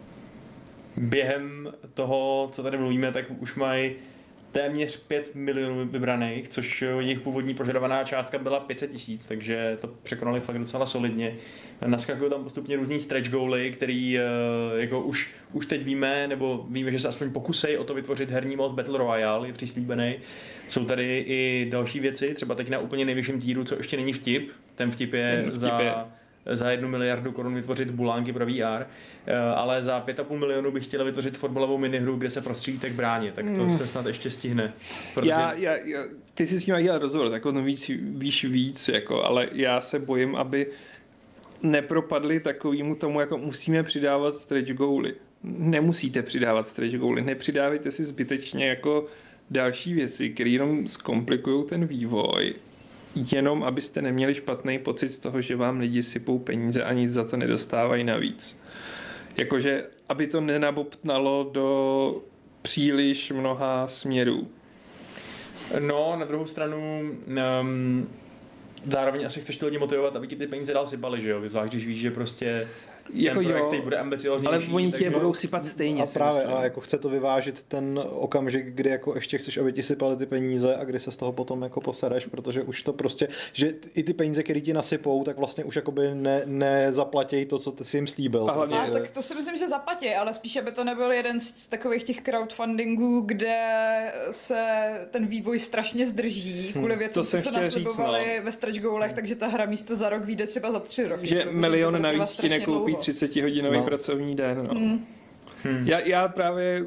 Během toho, co tady mluvíme, tak už mají téměř 5 milionů vybraných, což jejich původní požadovaná částka byla 500 000, takže to překonali fakt docela solidně. Naskakují tam postupně různý stretch goaly, který jako už teď víme, nebo víme, že se aspoň pokusej o to vytvořit herní mod Battle Royale, je přislíbený. Jsou tady i další věci, třeba teď na úplně nejvyšším tíru, co ještě není vtip. Ten vtip je za 1 miliardu korun vytvořit bulánky pro VR, ale za 5,5 milionu bych chtěla vytvořit fotbalovou minihru, kde se prostřílíte k bráně, tak to se snad ještě stihne. Protože... Ty si s tím dělal rozhovor, tak o tom víc, jako, ale já se bojím, aby nepropadli takovému tomu, jako musíme přidávat stretch goaly. Nemusíte přidávat stretch goaly, nepřidávejte si zbytečně jako další věci, které jenom zkomplikují ten vývoj, jenom abyste neměli špatný pocit z toho, že vám lidi sypou peníze a nic za to nedostávají navíc. Jakože, aby to nenabobtnalo do příliš mnoha směrů. No, na druhou stranu zároveň asi chceš ty lidi motivovat, aby ti ty peníze dál sypali, že jo? Zvlášť, když víš, že prostě jako ten projekt bude ambicioznější. Ale oni tě budou sypat stejně. A právě, a jako chce to vyvážit ten okamžik, kdy jako ještě chceš, aby ti sypali ty peníze a kdy se z toho potom jako posereš, protože už to prostě, že i ty peníze, které ti nasypou, tak vlastně už jakoby nezaplatí to, co ty si jim slíbil. A tak to si myslím, že zaplatí, ale spíš, aby to nebyl jeden z takových těch crowdfundingů, kde se ten vývoj strašně zdrží kvůli věcem, co se naslibovali ve stretch goalech, takže ta hra místo za rok vyjde třeba za 3 roky. Že milion navíc ti nekoupí 30-hodinový pracovní den. No. Já právě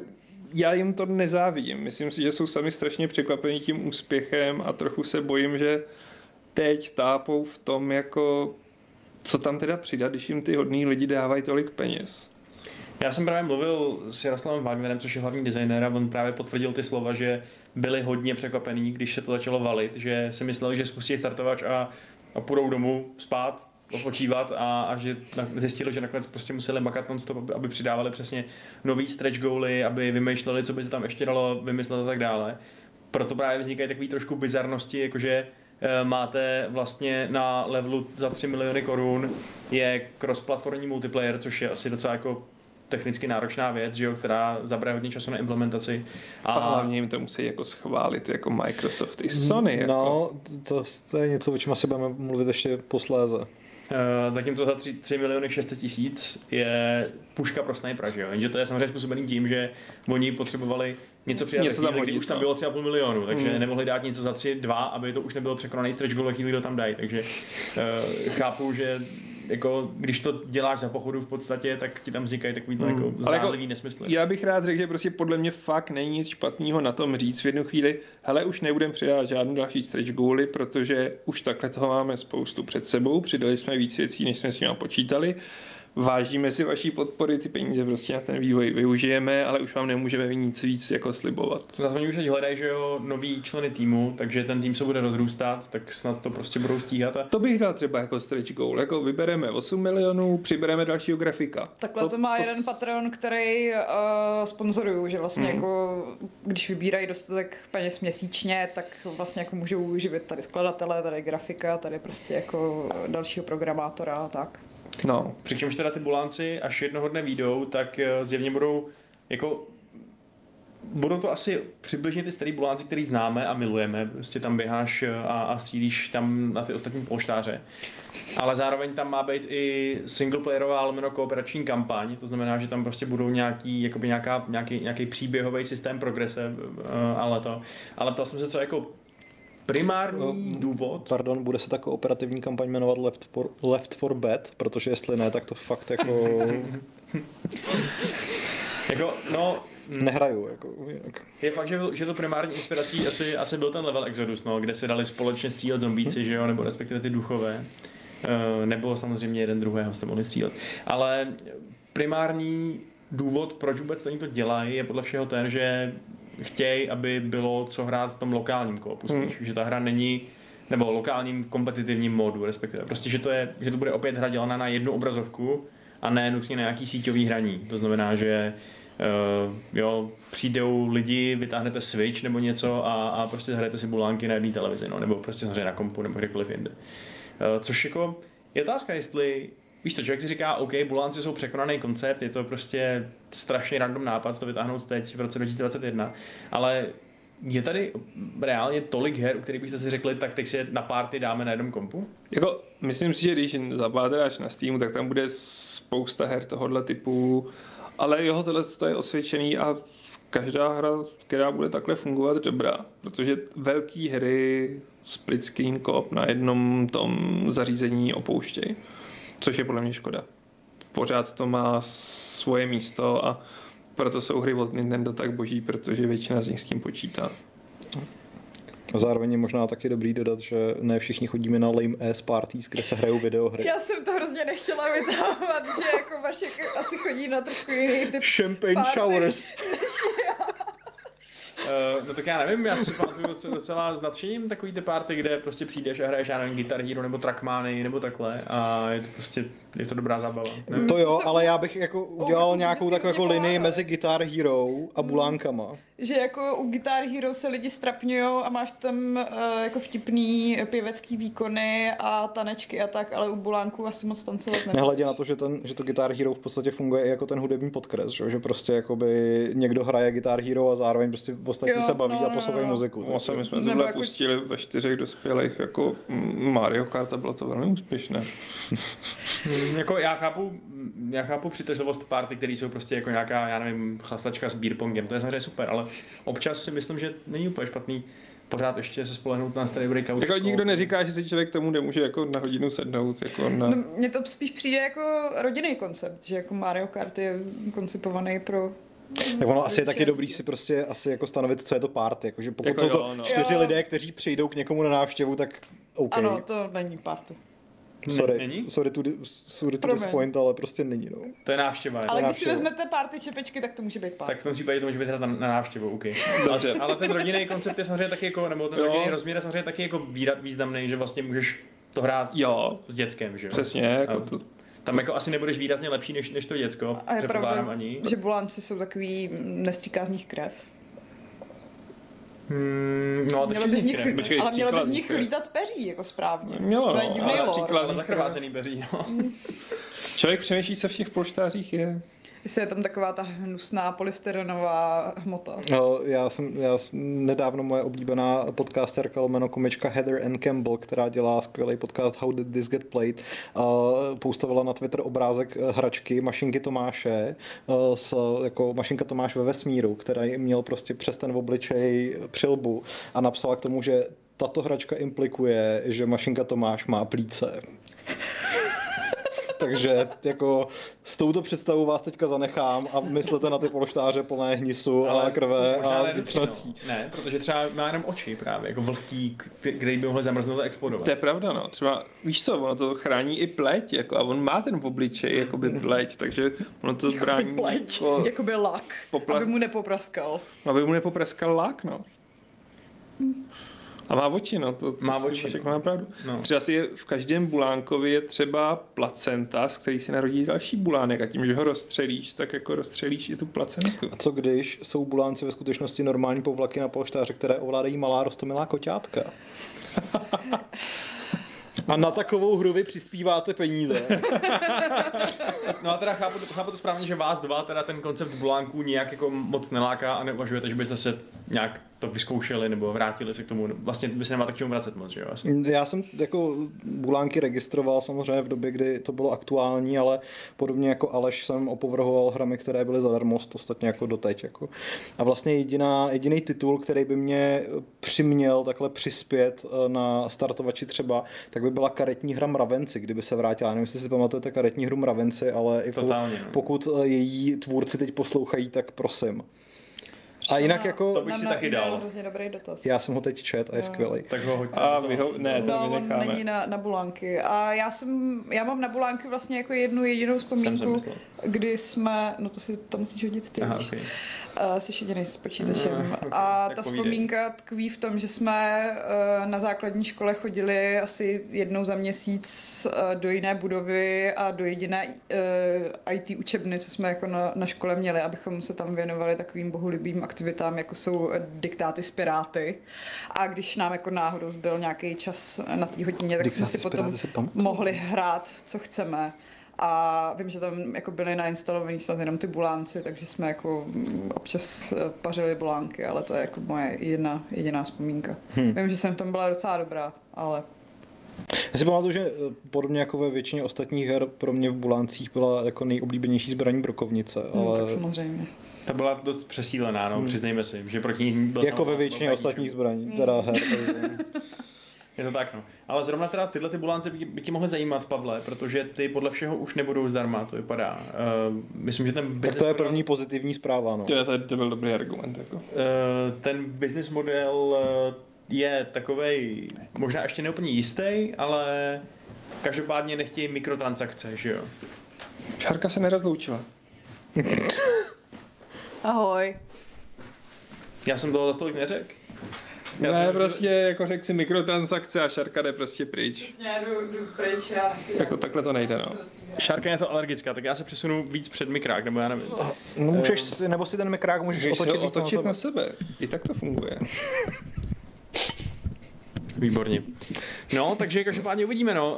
já jim to nezávidím. Myslím si, že jsou sami strašně překvapení tím úspěchem a trochu se bojím, že teď tápou v tom, jako co tam teda přidat, když jim ty hodní lidi dávají tolik peněz. Já jsem právě mluvil s Jaroslavem Wagnerem, což je hlavní designér, a on právě potvrdil ty slova, že byli hodně překvapení, když se to začalo valit, že si mysleli, že spustí startovač a půjdou domů spát, odpočívat a že zjistili, že nakonec prostě museli makat non-stop, aby přidávali přesně nový stretch goaly, aby vymýšleli, co by se tam ještě dalo vymyslet a tak dále. Proto právě vznikají takové trošku bizarnosti, jakože máte vlastně na levelu za 3 miliony korun je cross-platformní multiplayer, což je asi docela jako technicky náročná věc, že jo, která zabere hodně času na implementaci. A hlavně jim to musí jako schválit jako Microsoft i Sony. Jako. No, to je něco, o čem asi budeme mluvit ještě posléze. Zatímco za 3 miliony 600 000 je puška pro snajpera, že jo? Jenže to je samozřejmě způsobený tím, že oni potřebovali něco přidat ve chvíli, kdy už tam bylo třeba 500 000, takže nemohli dát něco za 3-2, aby to už nebylo překonaný stretch goal, chvíli, kdo tam dají. Takže chápu, že jako, když to děláš za pochodu v podstatě, tak ti tam vznikají takový jako zdánlivý nesmysly. Já bych rád řekl, že prostě podle mě fakt není nic špatného na tom říct v jednu chvíli, hele, už nebudeme přidávat žádný další stretch goaly, protože už takhle toho máme spoustu před sebou, přidali jsme víc věcí, než jsme s nimi počítali. Vážíme si vaší podpory, ty peníze prostě na ten vývoj využijeme, ale už vám nemůžeme nic víc jako slibovat. Zase oni už teď hledají, že jo, nový členy týmu, takže ten tým se bude rozrůstat, tak snad to prostě budou stíhat. To bych dal třeba jako stretch goal, jako vybereme 8 milionů, přibereme dalšího grafika. Takhle to má jeden Patreon, který sponzoruju, že vlastně jako, když vybírají dostatek peněz měsíčně, tak vlastně jako můžou živit tady skladatele, tady grafika, tady prostě jako dalšího programátora a tak. No. Přičemž teda ty bulánci, až jednoho dne výjdou, tak zjevně budou to asi přibližně ty starý bulánci, který známe a milujeme. Prostě tam běháš a střílíš tam na ty ostatní polštáře. Ale zároveň tam má být i singleplayerová lomeno kooperační kampaň, to znamená, že tam prostě budou nějaký příběhový systém progrese, ale ptal jsem se, co jako primární důvod. Pardon, bude se ta operativní kampaň jmenovat Left 4 Dead, protože jestli ne, tak to fakt jako... Nehraju. Je fakt, že to primární inspirací asi byl ten level Exodus, no, kde se dali společně střílet zombíci, že jo, nebo respektive ty duchové. Nebylo samozřejmě jeden druhého jste mohli střílet. Ale primární důvod, proč vůbec oni to dělají, je podle všeho ten, že chtějí, aby bylo co hrát v tom lokálním koopu spíš, že ta hra není, nebo lokálním kompetitivním modu, respektive prostě, že to bude opět hra dělaná na jednu obrazovku a ne nutně na nějaký síťový hraní. To znamená, že přijdou lidi, vytáhnete Switch nebo něco a prostě hrajete si bulánky na jedné televizi, no, nebo prostě samozřejmě na kompu nebo kdekoliv jinde. Což jako je otázka, jestli víš to, člověk si říká, OK, bulánci jsou překonaný koncept, je to prostě strašně random nápad to vytáhnout teď v roce 2021, ale je tady reálně tolik her, u kterých byste si řekli, tak teď si je na party dáme na jednom kompu? Jako, myslím si, že když zapáteráš na Steamu, tak tam bude spousta her tohohle typu, ale jo, tohle je osvědčený a každá hra, která bude takhle fungovat, dobrá, protože velké hry split screen co-op na jednom tom zařízení opouštějí. Což je podle mě škoda. Pořád to má svoje místo a proto jsou hry od Nintendo tak boží, protože většina z nich s tím počítá. A zároveň je možná taky dobrý dodat, že ne všichni chodíme na lame ass parties, kde se hrajou videohry. Já jsem to hrozně nechtěla vytávat, že jako Vašek asi chodí na trošku jiný typ Champagne party, showers. než já. No tak já nevím, já si pamatuju docela s nadšením takový ty party, kde prostě přijdeš a hraješ, já nevím, Guitar Hero nebo Trackmany nebo takhle a je to dobrá zábava. Ne? To jo, ale já bych jako udělal nějakou takovou jako linii mezi Guitar Hero a bulánkama. Že jako u Guitar Hero se lidi strapňujou a máš tam jako vtipný pěvecký výkony a tanečky a tak, ale u bulánku asi moc tancovat nebude. Nehledě na to, že to Guitar Hero v podstatě funguje i jako ten hudební podkres, že prostě jakoby někdo hraje Guitar Hero a zároveň prostě ostatní se baví a poslouchají muziku. No, my jsme tohle jako pustili ve 4 dospělých jako Mario Kart a bylo to velmi úspěšné. Jako já chápu přitažlivost party, které jsou prostě jako nějaká, já nevím, chlastačka s beer pongem, to je samozřejmě super, ale občas si myslím, že není úplně špatný pořád ještě se spolehnout na starý couch. Jako nikdo neříká, že si člověk tomu nemůže jako na hodinu sednout. Jako na... No, mně to spíš přijde jako rodinný koncept, že jako Mario Kart je koncipovaný pro Tak ono asi je taky dobrý si prostě asi jako stanovit, co je to party. Jakože pokud Jako jsou to jo, no. 4 Jo. lidé, kteří přijdou k někomu na návštěvu, tak OK. Ano, to není party. Není? Sorry to Promiň. disappoint, ale prostě není. No. To je návštěva. Ale když si návštěva. vezmete party čepičky, tak to může být party. Tak v tom případě to může být na návštěvu, OK. Ale ten rodinný koncept je samozřejmě taky jako, nebo ten Jo. rodinný rozměr je samozřejmě taky jako významný, že vlastně můžeš to hrát Jo, s dětskem, že jo? přesně, jako A to, tam jako asi nebudeš výrazně lepší než to děcko, A je předpokládám pravda, ani. že bulánci jsou takový, nestříká z nich krev. No, a Mělo by z nich, Počkej, ale mělo by z stříkla nich krev. lítat peří, jako správně. Mělo, To je no, divný ale lore. stříkla z ale nich zakrvácený beří, no. člověk přemýšlí, co v těch polštářích je. Jestli je tam taková ta hnusná polystyrenová hmota. Já nedávno moje oblíbená podcasterka lomeno komička Heather Ann Campbell, která dělá skvělý podcast How Did This Get Played, postavila na Twitter obrázek hračky Mašinky Tomáše, jako Mašinka Tomáš ve vesmíru, který měl prostě přes ten obličej přilbu a napsala k tomu, že tato hračka implikuje, že Mašinka Tomáš má plíce. Takže jako s touto představou vás teďka zanechám a myslete na ty polštáře plné hnisu a krve možná a ne vždycky, vnitřností. no. Ne, protože třeba má jenom oči právě, jako vlhký, který by mohli zamrznout a explodovat. To je pravda, no. Třeba, víš co, ono to chrání i pleť, jako, a on má ten v obličeji, jakoby pleť, takže ono to brání, Pleť, jakoby lak, aby mu nepopraskal. aby mu nepopreskal lák, no. A má oči, no. To Má si oči, Vašek no. má pravdu. No. Třeba si je v každém bulánkovi je třeba placenta, z který si narodí další bulánek a tím, že ho rozstřelíš, tak jako rozstřelíš i tu placentu. A co když jsou bulánci ve skutečnosti normální povlaky na polštáře, které ovládají malá roztomilá koťátka? A na takovou hru vy přispíváte peníze. No a teda chápu to správně, že vás dva teda ten koncept bulánků nějak jako moc neláká a neuvažujete, že byste se nějak to vyzkoušeli nebo vrátili se k tomu. Vlastně by se nemá tak čemu vracet moc, že jo? Já jsem jako bulánky registroval samozřejmě v době, kdy to bylo aktuální, ale podobně jako Aleš jsem opovrhoval hrami, které byly zadarmo, ostatně jako doteď. Jako. A vlastně jediný titul, který by mě přiměl takhle přispět na startovači třeba, tak by byla karetní hra Mravenci, kdyby se vrátila. Nevím, jestli si pamatujete karetní hru Mravenci, ale i Totálně, no. pokud její tvůrci teď poslouchají, tak prosím. A jinak jako... To bych si taky dal. Hrozně dobrý dotaz. Já jsem ho teď čet a je skvělý. Tak ho hoďte. A my ho, ne, ten No, my on necháme. není na bulánky. A já mám na bulánky vlastně jako jednu jedinou vzpomínku, myslel. kdy jsme, no to si tam musíš hodit ty. Aha, víš. okay. Jsi jediný s počítačem. Okay. A Tak ta povídej. vzpomínka tkví v tom, že jsme na základní škole chodili asi jednou za měsíc do jiné budovy a do jediné IT učebny, co jsme jako na škole měli, abychom se tam věnovali takovým bohulibým aktivitám, jako jsou diktáty s piráty. A když nám jako náhodou zbyl nějaký čas na té hodině, tak jsme Diktáty si s potom piráty si pamatuju. mohli hrát, co chceme. A vím, že tam jako byly nainstalovaný snad jenom ty bulánci, takže jsme jako občas pařili bulánky, ale to je jako moje jediná vzpomínka. Vím, že jsem tam byla docela dobrá, ale Já si pamatuju, že podobně jako ve většině ostatních her pro mě v buláncích byla jako nejoblíbenější zbraní brokovnice, ale tak samozřejmě. Ta byla dost přesílená, no, přiznejme si, že proti ní byl jako ve většině ostatních zbraní, teda her. Je to tak, no. Ale zrovna teda tyhle ty bulánce by tě mohly zajímat, Pavle, protože ty podle všeho už nebudou zdarma, to vypadá. Myslím, že ten Tak to je první pozitivní zpráva, no. To byl dobrý argument. Jako. Ten business model je takovej, možná ještě neúplně jistý, ale každopádně nechtějí mikrotransakce, že jo? Šárka se nerozloučila. Ahoj. Já jsem toho za tolik neřekl. Ne, prostě jako řekl si mikrotransakce a Šárka jde prostě pryč. Jdu pryč, já nechci. Jako takhle to nejde, no. Šárka je to alergická, tak já se přesunu víc před mikrák, nebo já nevím. No můžeš si, nebo si ten mikrák můžeš Můžeš otočit, se víc otočit na na sebe. sebe. I tak to funguje. Výborně. No, takže každopádně uvidíme, no.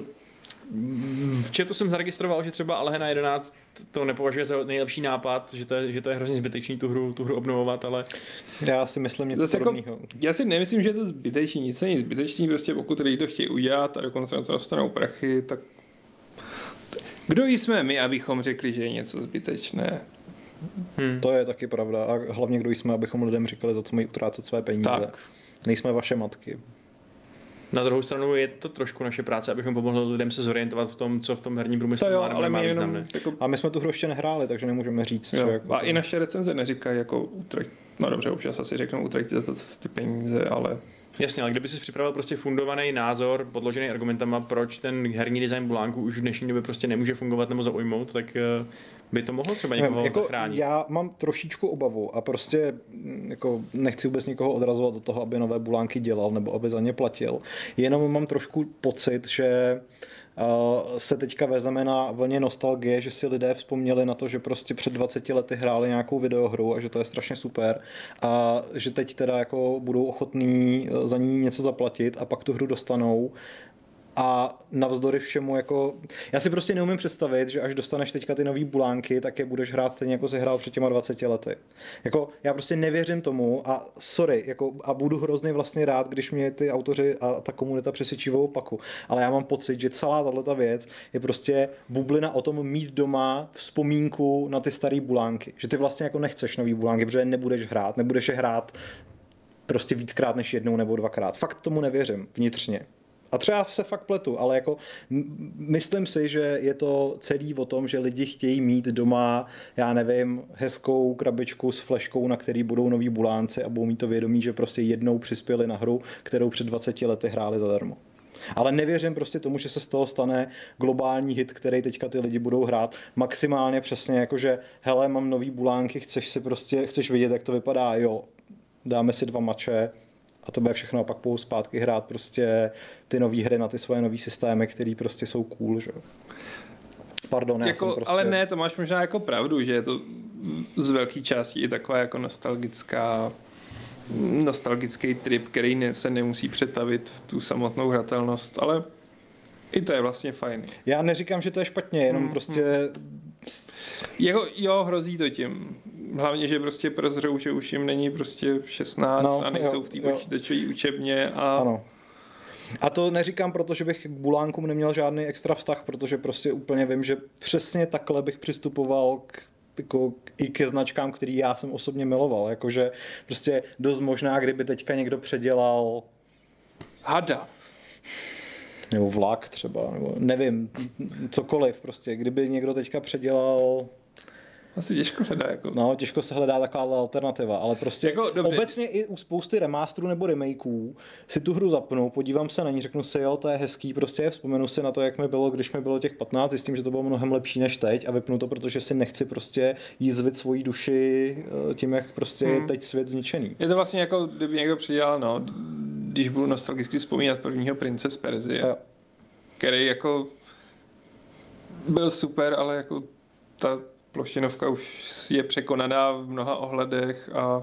V chatu jsem zaregistroval, že třeba Alhena 11 to nepovažuje za nejlepší nápad, že to je hrozně zbytečný tu hru obnovovat, ale Já si myslím něco Zase jako, podobného. já si nemyslím, že je to zbytečný, nic není zbytečný, prostě pokud lidi to chtějí udělat a dokonce na to dostanou prachy, tak kdo jsme my, abychom řekli, že je něco zbytečné? To je taky pravda. A hlavně kdo jsme, abychom lidem říkali, za co mají utrácet své peníze. Tak. Nejsme vaše matky. Na druhou stranu je to trošku naše práce, abychom pomohli lidem se zorientovat v tom, co v tom herním průmyslu má nebo nemá význam. Jako... A my jsme tu hru ještě nehráli, takže nemůžeme říct. Jo. Jako a i naše recenze neříkají jako no dobře, občas asi řeknou utraťte za ty peníze, ale... Jasně, ale kdyby si připravil prostě fundovaný názor, podložený argumentama, proč ten herní design Bulánku už v dnešní době prostě nemůže fungovat nebo zaujmout, tak by to mohlo třeba někoho jako zachránit. Já mám trošičku obavu a prostě jako nechci vůbec nikoho odrazovat do toho, aby nové Bulánky dělal nebo aby za ně platil. Jenom mám trošku pocit, že se teďka vezeme na vlně nostalgie, že si lidé vzpomněli na to, že prostě před 20 lety hráli nějakou videohru a že to je strašně super a že teď teda jako budou ochotní za ní něco zaplatit a pak tu hru dostanou. A navzdory všemu jako, já si prostě neumím představit, že až dostaneš teďka ty nový Bulánky, tak je budeš hrát stejně jako jsi hrál před těma 20 lety. Jako, já prostě nevěřím tomu a sorry, jako, a budu hrozně vlastně rád, když mě ty autoři a ta komunita přesvědčí o opaku. Ale já mám pocit, že celá tato věc je prostě bublina o tom mít doma vzpomínku na ty starý Bulánky. Že ty vlastně jako nechceš nový Bulánky, protože nebudeš je hrát prostě víckrát než jednou nebo dvakrát. Fakt tomu nevěřím vnitřně. A třeba se fakt pletu, ale jako myslím si, že je to celý o tom, že lidi chtějí mít doma, já nevím, hezkou krabičku s fleškou, na který budou noví Bulánci a budou mít to vědomí, že prostě jednou přispěli na hru, kterou před 20 lety hráli zadarmo. Ale nevěřím prostě tomu, že se z toho stane globální hit, který teďka ty lidi budou hrát maximálně přesně jako, že hele, mám nový Bulánky, chceš vidět, jak to vypadá, jo, dáme si 2 mače, a to bude všechno a pak půjdu zpátky hrát prostě ty nový hry na ty svoje nový systémy, který prostě jsou cool, že? Pardon, jako, já jsem prostě... Ale ne, to máš možná jako pravdu, že je to z velké části i taková jako nostalgický trip, který se nemusí přetavit v tu samotnou hratelnost, ale i to je vlastně fajn. Já neříkám, že to je špatně, jenom prostě... Jo, hrozí to tím. Hlavně, že prostě prozřou, že už jim není prostě 16 a nejsou v té počítačové učebně a... Ano. A to neříkám, protože bych k Bulánkům neměl žádný extra vztah, protože prostě úplně vím, že přesně takhle bych přistupoval i ke značkám, který já jsem osobně miloval. Jakože prostě dost možná, kdyby teďka někdo předělal Hada. Nebo Vlak třeba, nebo nevím, cokoliv prostě. Kdyby někdo teďka předělal... Asi těžko hledá. Jako. No, těžko se hledá taková alternativa, ale prostě jako, obecně i u spousty remasterů nebo remakeů si tu hru zapnu, podívám se na ní, řeknu si, jo, to je hezký, prostě vzpomenu si na to, jak mi bylo, když mi bylo těch 15, zjistím, že to bylo mnohem lepší než teď a vypnu to, protože si nechci prostě jízvit svoji duši tím, jak prostě je teď svět zničený. Je to vlastně jako, kdyby někdo přidělal, no, když budu nostalgicky vzpomínat prvního prince z Perzie, který jako byl super, ale jako ta ploštinovka už je překonaná v mnoha ohledech a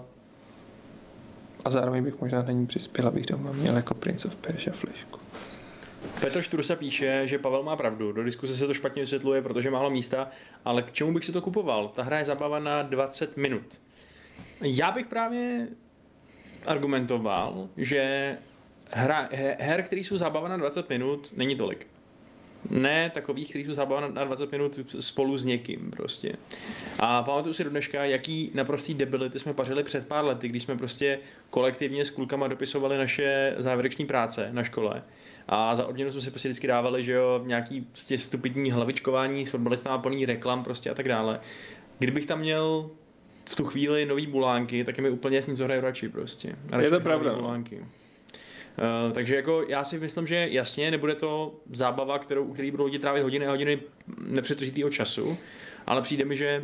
zároveň bych možná na ní přispěl, abych doma měl jako Prince of Persia flešku. Petr Štrusa píše, že Pavel má pravdu. Do diskuse se to špatně vysvětluje, protože málo místa, ale k čemu bych si to kupoval? Ta hra je zabava na 20 minut. Já bych právě argumentoval, že her, který jsou zábava na 20 minut, není tolik. Ne takových, kteří jsou zábava na 20 minut spolu s někým prostě. A pamatuju si do dneška, jaký naprostý debility jsme pařili před pár lety, když jsme prostě kolektivně s klukama dopisovali naše závěreční práce na škole. A za odměnu jsme si prostě vždycky dávali, že jo, nějaký prostě stupidní hlavičkování s fotbalistama plný reklam prostě a tak dále. Kdybych tam měl v tu chvíli nový Bulánky, tak je mi úplně jasný, co hraju radši prostě. Je to pravda. Bulánky. Takže jako já si myslím, že jasně nebude to zábava, který budou lidi trávit hodiny a hodiny nepřetržitýho času, ale přijde mi, že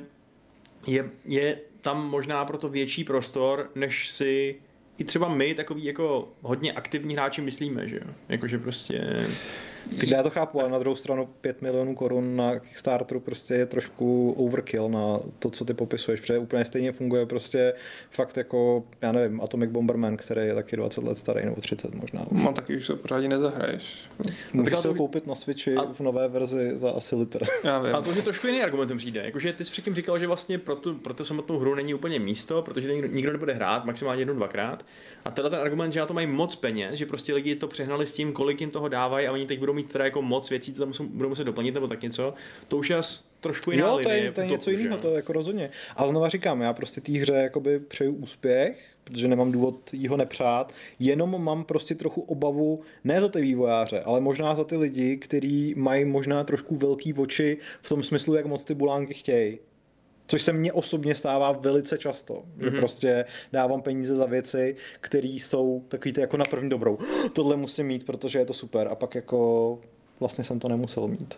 je tam možná proto větší prostor, než si i třeba my, takový jako hodně aktivní hráči myslíme, že jo? Jakože prostě... Já to chápu, ale na druhou stranu 5 milionů korun na Kickstarteru prostě je trošku overkill na to, co ty popisuješ, protože úplně stejně funguje prostě fakt jako, já nevím, Atomic Bomberman, který je taky 20 let starý, nebo 30 možná. No taky už se pořádně nezahraješ. Můžeš to koupit na Switchi v nové verzi za asi litr. Já vím. A to je trošku jiný argument přijde. Jakože ty jsi předtím říkal, že vlastně pro tu samotnou hru není úplně místo, protože nikdo nebude hrát, maximálně 1-2krát. A teda ten argument, že na to mají moc peněz, že prostě lidi to přehnali s tím, kolik jim toho dávají a oni teď budou mít teda jako moc věcí, co tam budou muset doplnit nebo tak něco, to už je trošku jiná Jo, linie. to je něco útoku, jiného, že to jo? jako rozhodně. A znova říkám, já prostě té hře jakoby přeju úspěch, protože nemám důvod jí ho nepřát, jenom mám prostě trochu obavu, ne za ty vývojáře, ale možná za ty lidi, kteří mají možná trošku velký oči v tom smyslu, jak moc ty bulánky chtějí. Což se mně osobně stává velice často, že prostě dávám peníze za věci, které jsou takový ty jako na první dobrou. Tohle musím mít, protože je to super a pak jako vlastně jsem to nemusel mít.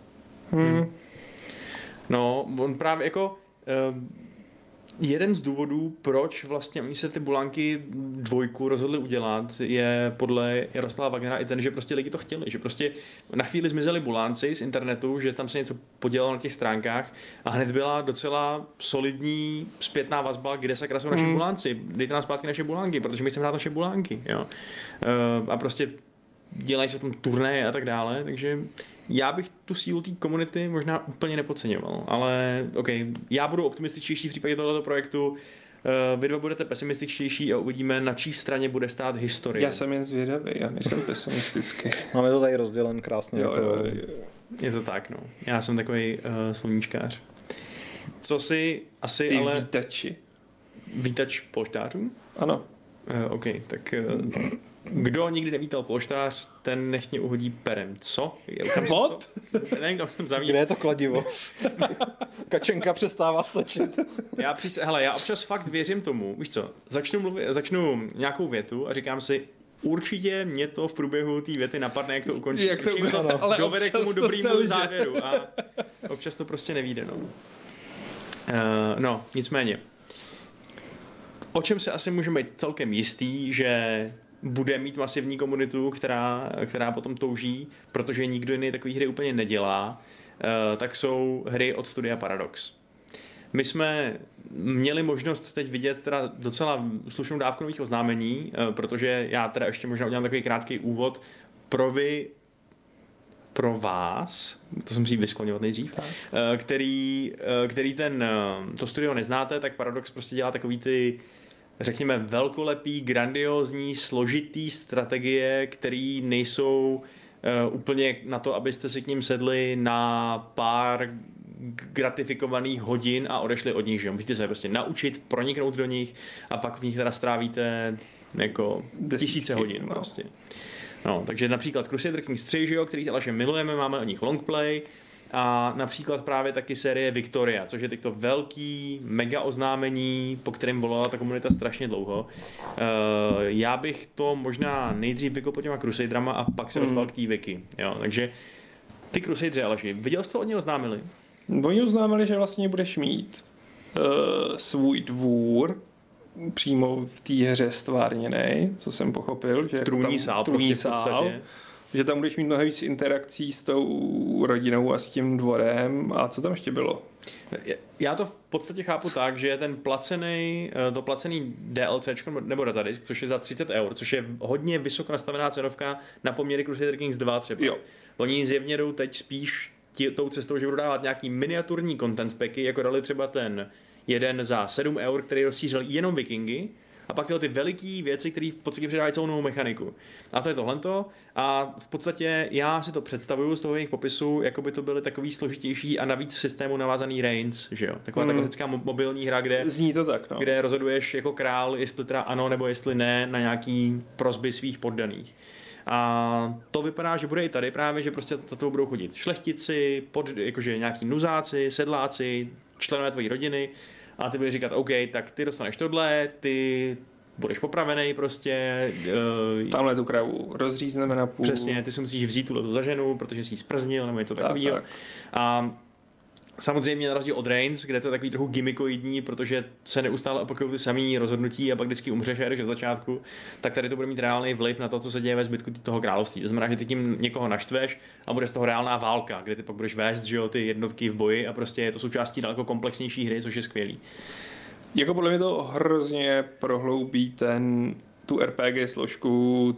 No, on právě jako jeden z důvodů, proč vlastně oni se ty bulánky 2 rozhodli udělat, je podle Jaroslava Wagnera i ten, že prostě lidi to chtěli, že prostě na chvíli zmizeli bulánci z internetu, že tam se něco podělalo na těch stránkách a hned byla docela solidní zpětná vazba, kde se jsou naši bulánci, dejte nám zpátky naše bulánky, protože my chceme hrát naše bulánky, jo. A prostě dělají se tam turnaje a tak dále, takže já bych tu sílu té komunity možná úplně nepodceňoval, ale OK, já budu optimističtější v případě tohoto projektu, vy dva budete pesimističtější a uvidíme, na čí straně bude stát historie. Já jsem jen zvědavý, já nejsem pesimistický. Máme to tady rozdělen krásně. Jo. Je to tak, no. Já jsem takový sluníčkář. Co si asi Ty ale... vítači. Vítač polštářů? Ano. OK, tak kdo nikdy nevítal polštář, ten nechť mě uhodí perem. Co? What? Nevím, kam jsem Kde je to kladivo? Kačenka přestává stačit. Já občas fakt věřím tomu, víš co, začnu nějakou větu a říkám si, určitě mě to v průběhu té věty napadne, jak to ukončit. Jak to Určitě ukončit, to ale dovede k občas tomu to dobrýmu selže. závěru a občas to prostě nevyjde, no. No, nicméně. O čem se asi můžeme být celkem jistý, že bude mít masivní komunitu, která potom touží, protože nikdo jiný takový hry úplně nedělá, tak jsou hry od studia Paradox. My jsme měli možnost teď vidět teda docela slušnou dávku nových oznámení, protože já teda ještě možná udělám takový krátký úvod pro vás, to jsem si vyskloňovat nejdřív, který to studio neznáte, tak Paradox prostě dělá takový ty, řekněme, velkolepý, grandiózní, složitý strategie, které nejsou úplně na to, abyste si k ním sedli na pár gratifikovaných hodin a odešli od nich, že musíte se prostě naučit, proniknout do nich a pak v nich teda strávíte jako tisíce hodin prostě. No, takže například Crusader Kings 3, že jo, který ale milujeme, máme o nich longplay a například právě taky série Victoria, což je těchto velký mega oznámení, po kterém volala ta komunita strašně dlouho. Já bych to možná nejdřív vykopl těma Crusaderama a pak se dostal k té Wiki. Jo, takže ty Crusadeři, Aleši, viděl jsi to, od něj oznámili? Oni oznámili, že vlastně budeš mít svůj dvůr přímo v té hře stvárněnej, co jsem pochopil. Že Trůní sál, trůní prostě v podstatě. Že tam budeš mít mnohem víc interakcí s tou rodinou a s tím dvorem. A co tam ještě bylo? Já to v podstatě chápu tak, že ten to placený DLCčko nebo datadisk, což je za 30 €, což je hodně vysoko nastavená cenovka na poměry Crusader Kings 2 třeba. Jo. Oni zjevně jdou teď spíš tou cestou, že budou dávat nějaký miniaturní content packy, jako dali třeba ten jeden za 7 €, který rozšířil jenom vikingy, a pak tyhle ty veliký věci, které v podstatě přidávají celou novou mechaniku. A to je tohleto. A v podstatě já si to představuju z toho jejich popisu, jako by to byly takový složitější a navíc systému navázaný Reigns, že jo? Taková ta klasická mobilní hra, kde Zní to tak, no. kde rozhoduješ jako král, jestli teda ano nebo jestli ne na nějaký prosby svých poddaných. A to vypadá, že bude i tady právě, že prostě to budou chodit šlechtici, jakože nějaký nuzáci, sedláci, členové tvojí rodiny a ty budeš říkat, OK, tak ty dostaneš tohle, ty budeš popravený prostě. Tamhle tu kravu rozřízneme na půl. Přesně, ty si musíš vzít tu za ženu, protože jsi ji sprznil nebo něco takového. Tak. A samozřejmě na rozdíl od Reigns, kde to je takový trochu gimmikoidní, protože se neustále opakují ty samý rozhodnutí a pak vždycky umřeš a jdeš od začátku, tak tady to bude mít reálný vliv na to, co se děje ve zbytku toho království. To znamená, že ty tím někoho naštveš a bude z toho reálná válka, kde ty pak budeš vést, že jo, ty jednotky v boji a prostě je to součástí daleko komplexnější hry, což je skvělý. Jako podle mě to hrozně prohloubí tu RPG složku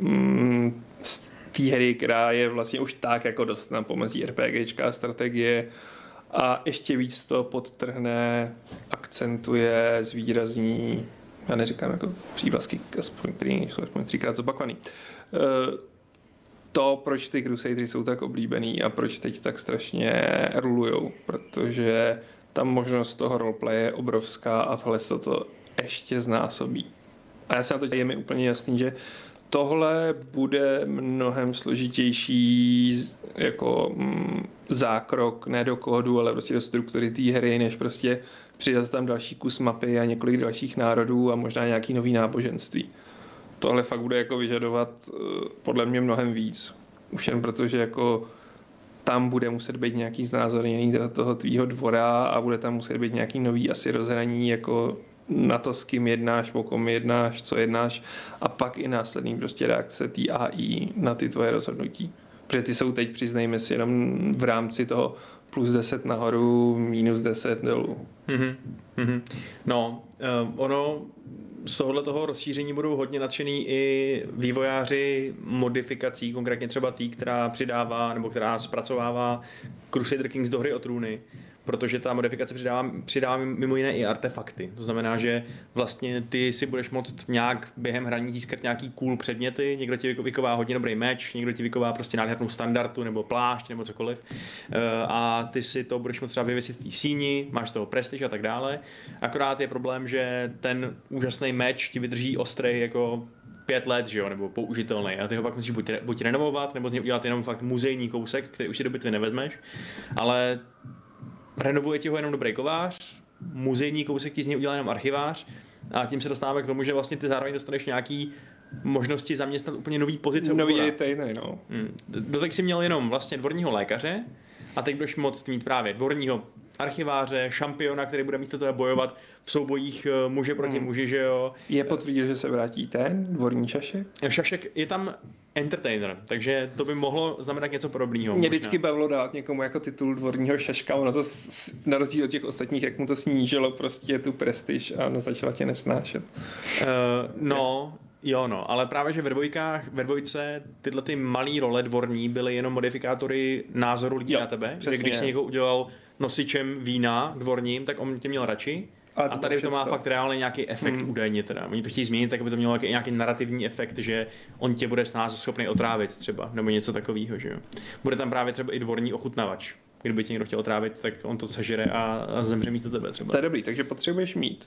z té hry, která je vlastně už tak jako dost na pomezí RPGčka strategie a ještě víc to podtrhne, akcentuje, zvýrazní, já neříkám jako přívlastky, který jsou aspoň 3krát zopakovaný. to, proč ty Crusadery jsou tak oblíbený a proč teď tak strašně rulujou, protože ta možnost toho roleplay je obrovská a tohle se to ještě znásobí. A já se na to je mi úplně jasný, že tohle bude mnohem složitější jako zákrok, ne do kódu, ale prostě do struktury té hry, než prostě přidat tam další kus mapy a několik dalších národů a možná nějaký nový náboženství. Tohle fakt bude jako vyžadovat podle mě mnohem víc. Už jen protože jako tam bude muset být nějaký znázornění toho tvýho dvora a bude tam muset být nějaký nový asi rozhraní jako na to, s kým jednáš, o kom jednáš, co jednáš a pak i následný prostě reakce té AI na ty tvoje rozhodnutí. Protože ty jsou teď, přiznejme si, jenom v rámci toho plus 10 nahoru, minus 10 dolů. No, ono z tohoto rozšíření budou hodně nadšený i vývojáři modifikací, konkrétně třeba tý, která přidává nebo která zpracovává Crusader Kings do Hry o trůny, protože ta modifikace přidává mimo jiné i artefakty. To znamená, že vlastně ty si budeš moct nějak během hraní získat nějaký cool předměty, někdo ti vyková hodně dobrý meč, někdo ti vyková prostě nádhernou standardu nebo plášť nebo cokoliv a ty si to budeš moct třeba vyvěsit v té síni, máš toho prestiž a tak dále. Akorát je problém, že ten úžasný meč ti vydrží ostrý jako 5 let, že jo, nebo použitelný. A ty ho pak musíš buď renovovat, nebo z něj udělat jenom fakt muzejní kousek, který už si do bitvy nevezmeš, ale renovuje ti ho jenom dobrý kovář, muzejní kousek ti z něj udělá jenom archivář a tím se dostáváme k tomu, že vlastně ty zároveň dostaneš nějaký možnosti zaměstnat úplně nový pozice. Nový retainer, no. Doteď jsi měl jenom vlastně dvorního lékaře a teď budeš moct mít právě dvorního archiváře, šampiona, který bude místo toho bojovat v soubojích muže proti muži, že jo. Je potvrdil, že se vrátí ten dvorní šašek? Šašek je tam entertainer, takže to by mohlo znamenat něco podobného. Mě vždycky bavilo dát někomu jako titul dvorního šaška, ono to na rozdíl od těch ostatních, jak mu to snížilo prostě tu prestiž a začala tě nesnášet. Jo, ale právě, že ve dvojce tyhle ty malý role dvorní byly jenom modifikátory názoru lidí na tebe. Že když jsi někoho udělal nosičem vína dvorním, tak on tě měl radši. A tady to má fakt reálně nějaký efekt údajně teda. Oni to chtějí změnit, tak aby to mělo nějaký narrativní efekt, že on tě bude snáz schopný otrávit třeba, nebo něco takového, že jo. Bude tam právě třeba i dvorní ochutnavač. Kdyby tě někdo chtěl otrávit, tak on to sežere a zemře místo tebe třeba. To je dobrý, takže potřebuješ mít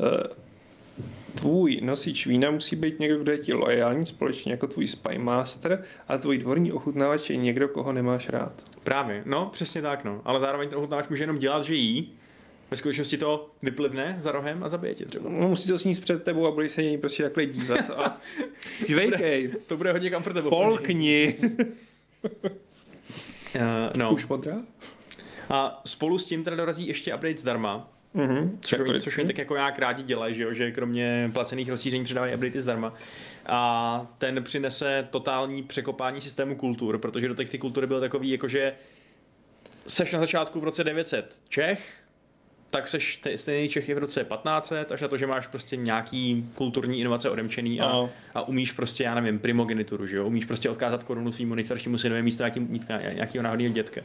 tvůj nosič vína musí být někdo, kdo je ti loajální, společně jako tvůj spymaster, a tvůj dvorní ochutnávač je někdo, koho nemáš rád. Právě, no, přesně tak, no. Ale zároveň ten ochutnávač může jenom dělat, že jí. Ve skutečnosti to vyplivne za rohem a zabije tě třeba. No, musí to sníst před tebou a budeš se něj prostě takhle dívat a žvejkej. To bude hodně comfortable. Polkni. No. Už modrá? A spolu s tím teda dorazí ještě update zdarma. Což oni tak jako nějak rádi dělají, že kromě placených rozšíření přidávají updaty zdarma. A ten přinese totální překopání systému kultur, protože do těch ty kultury byly takový, jakože seš na začátku v roce 900 Čech, tak seš stejný Čech i v roce 1500, až na to, že máš prostě nějaký kulturní inovace odemčený a umíš prostě, já nevím, primogenituru, že jo? Umíš prostě odkázat korunu svýmu nejstaršímu synovi místo nějakého náhodného dětka.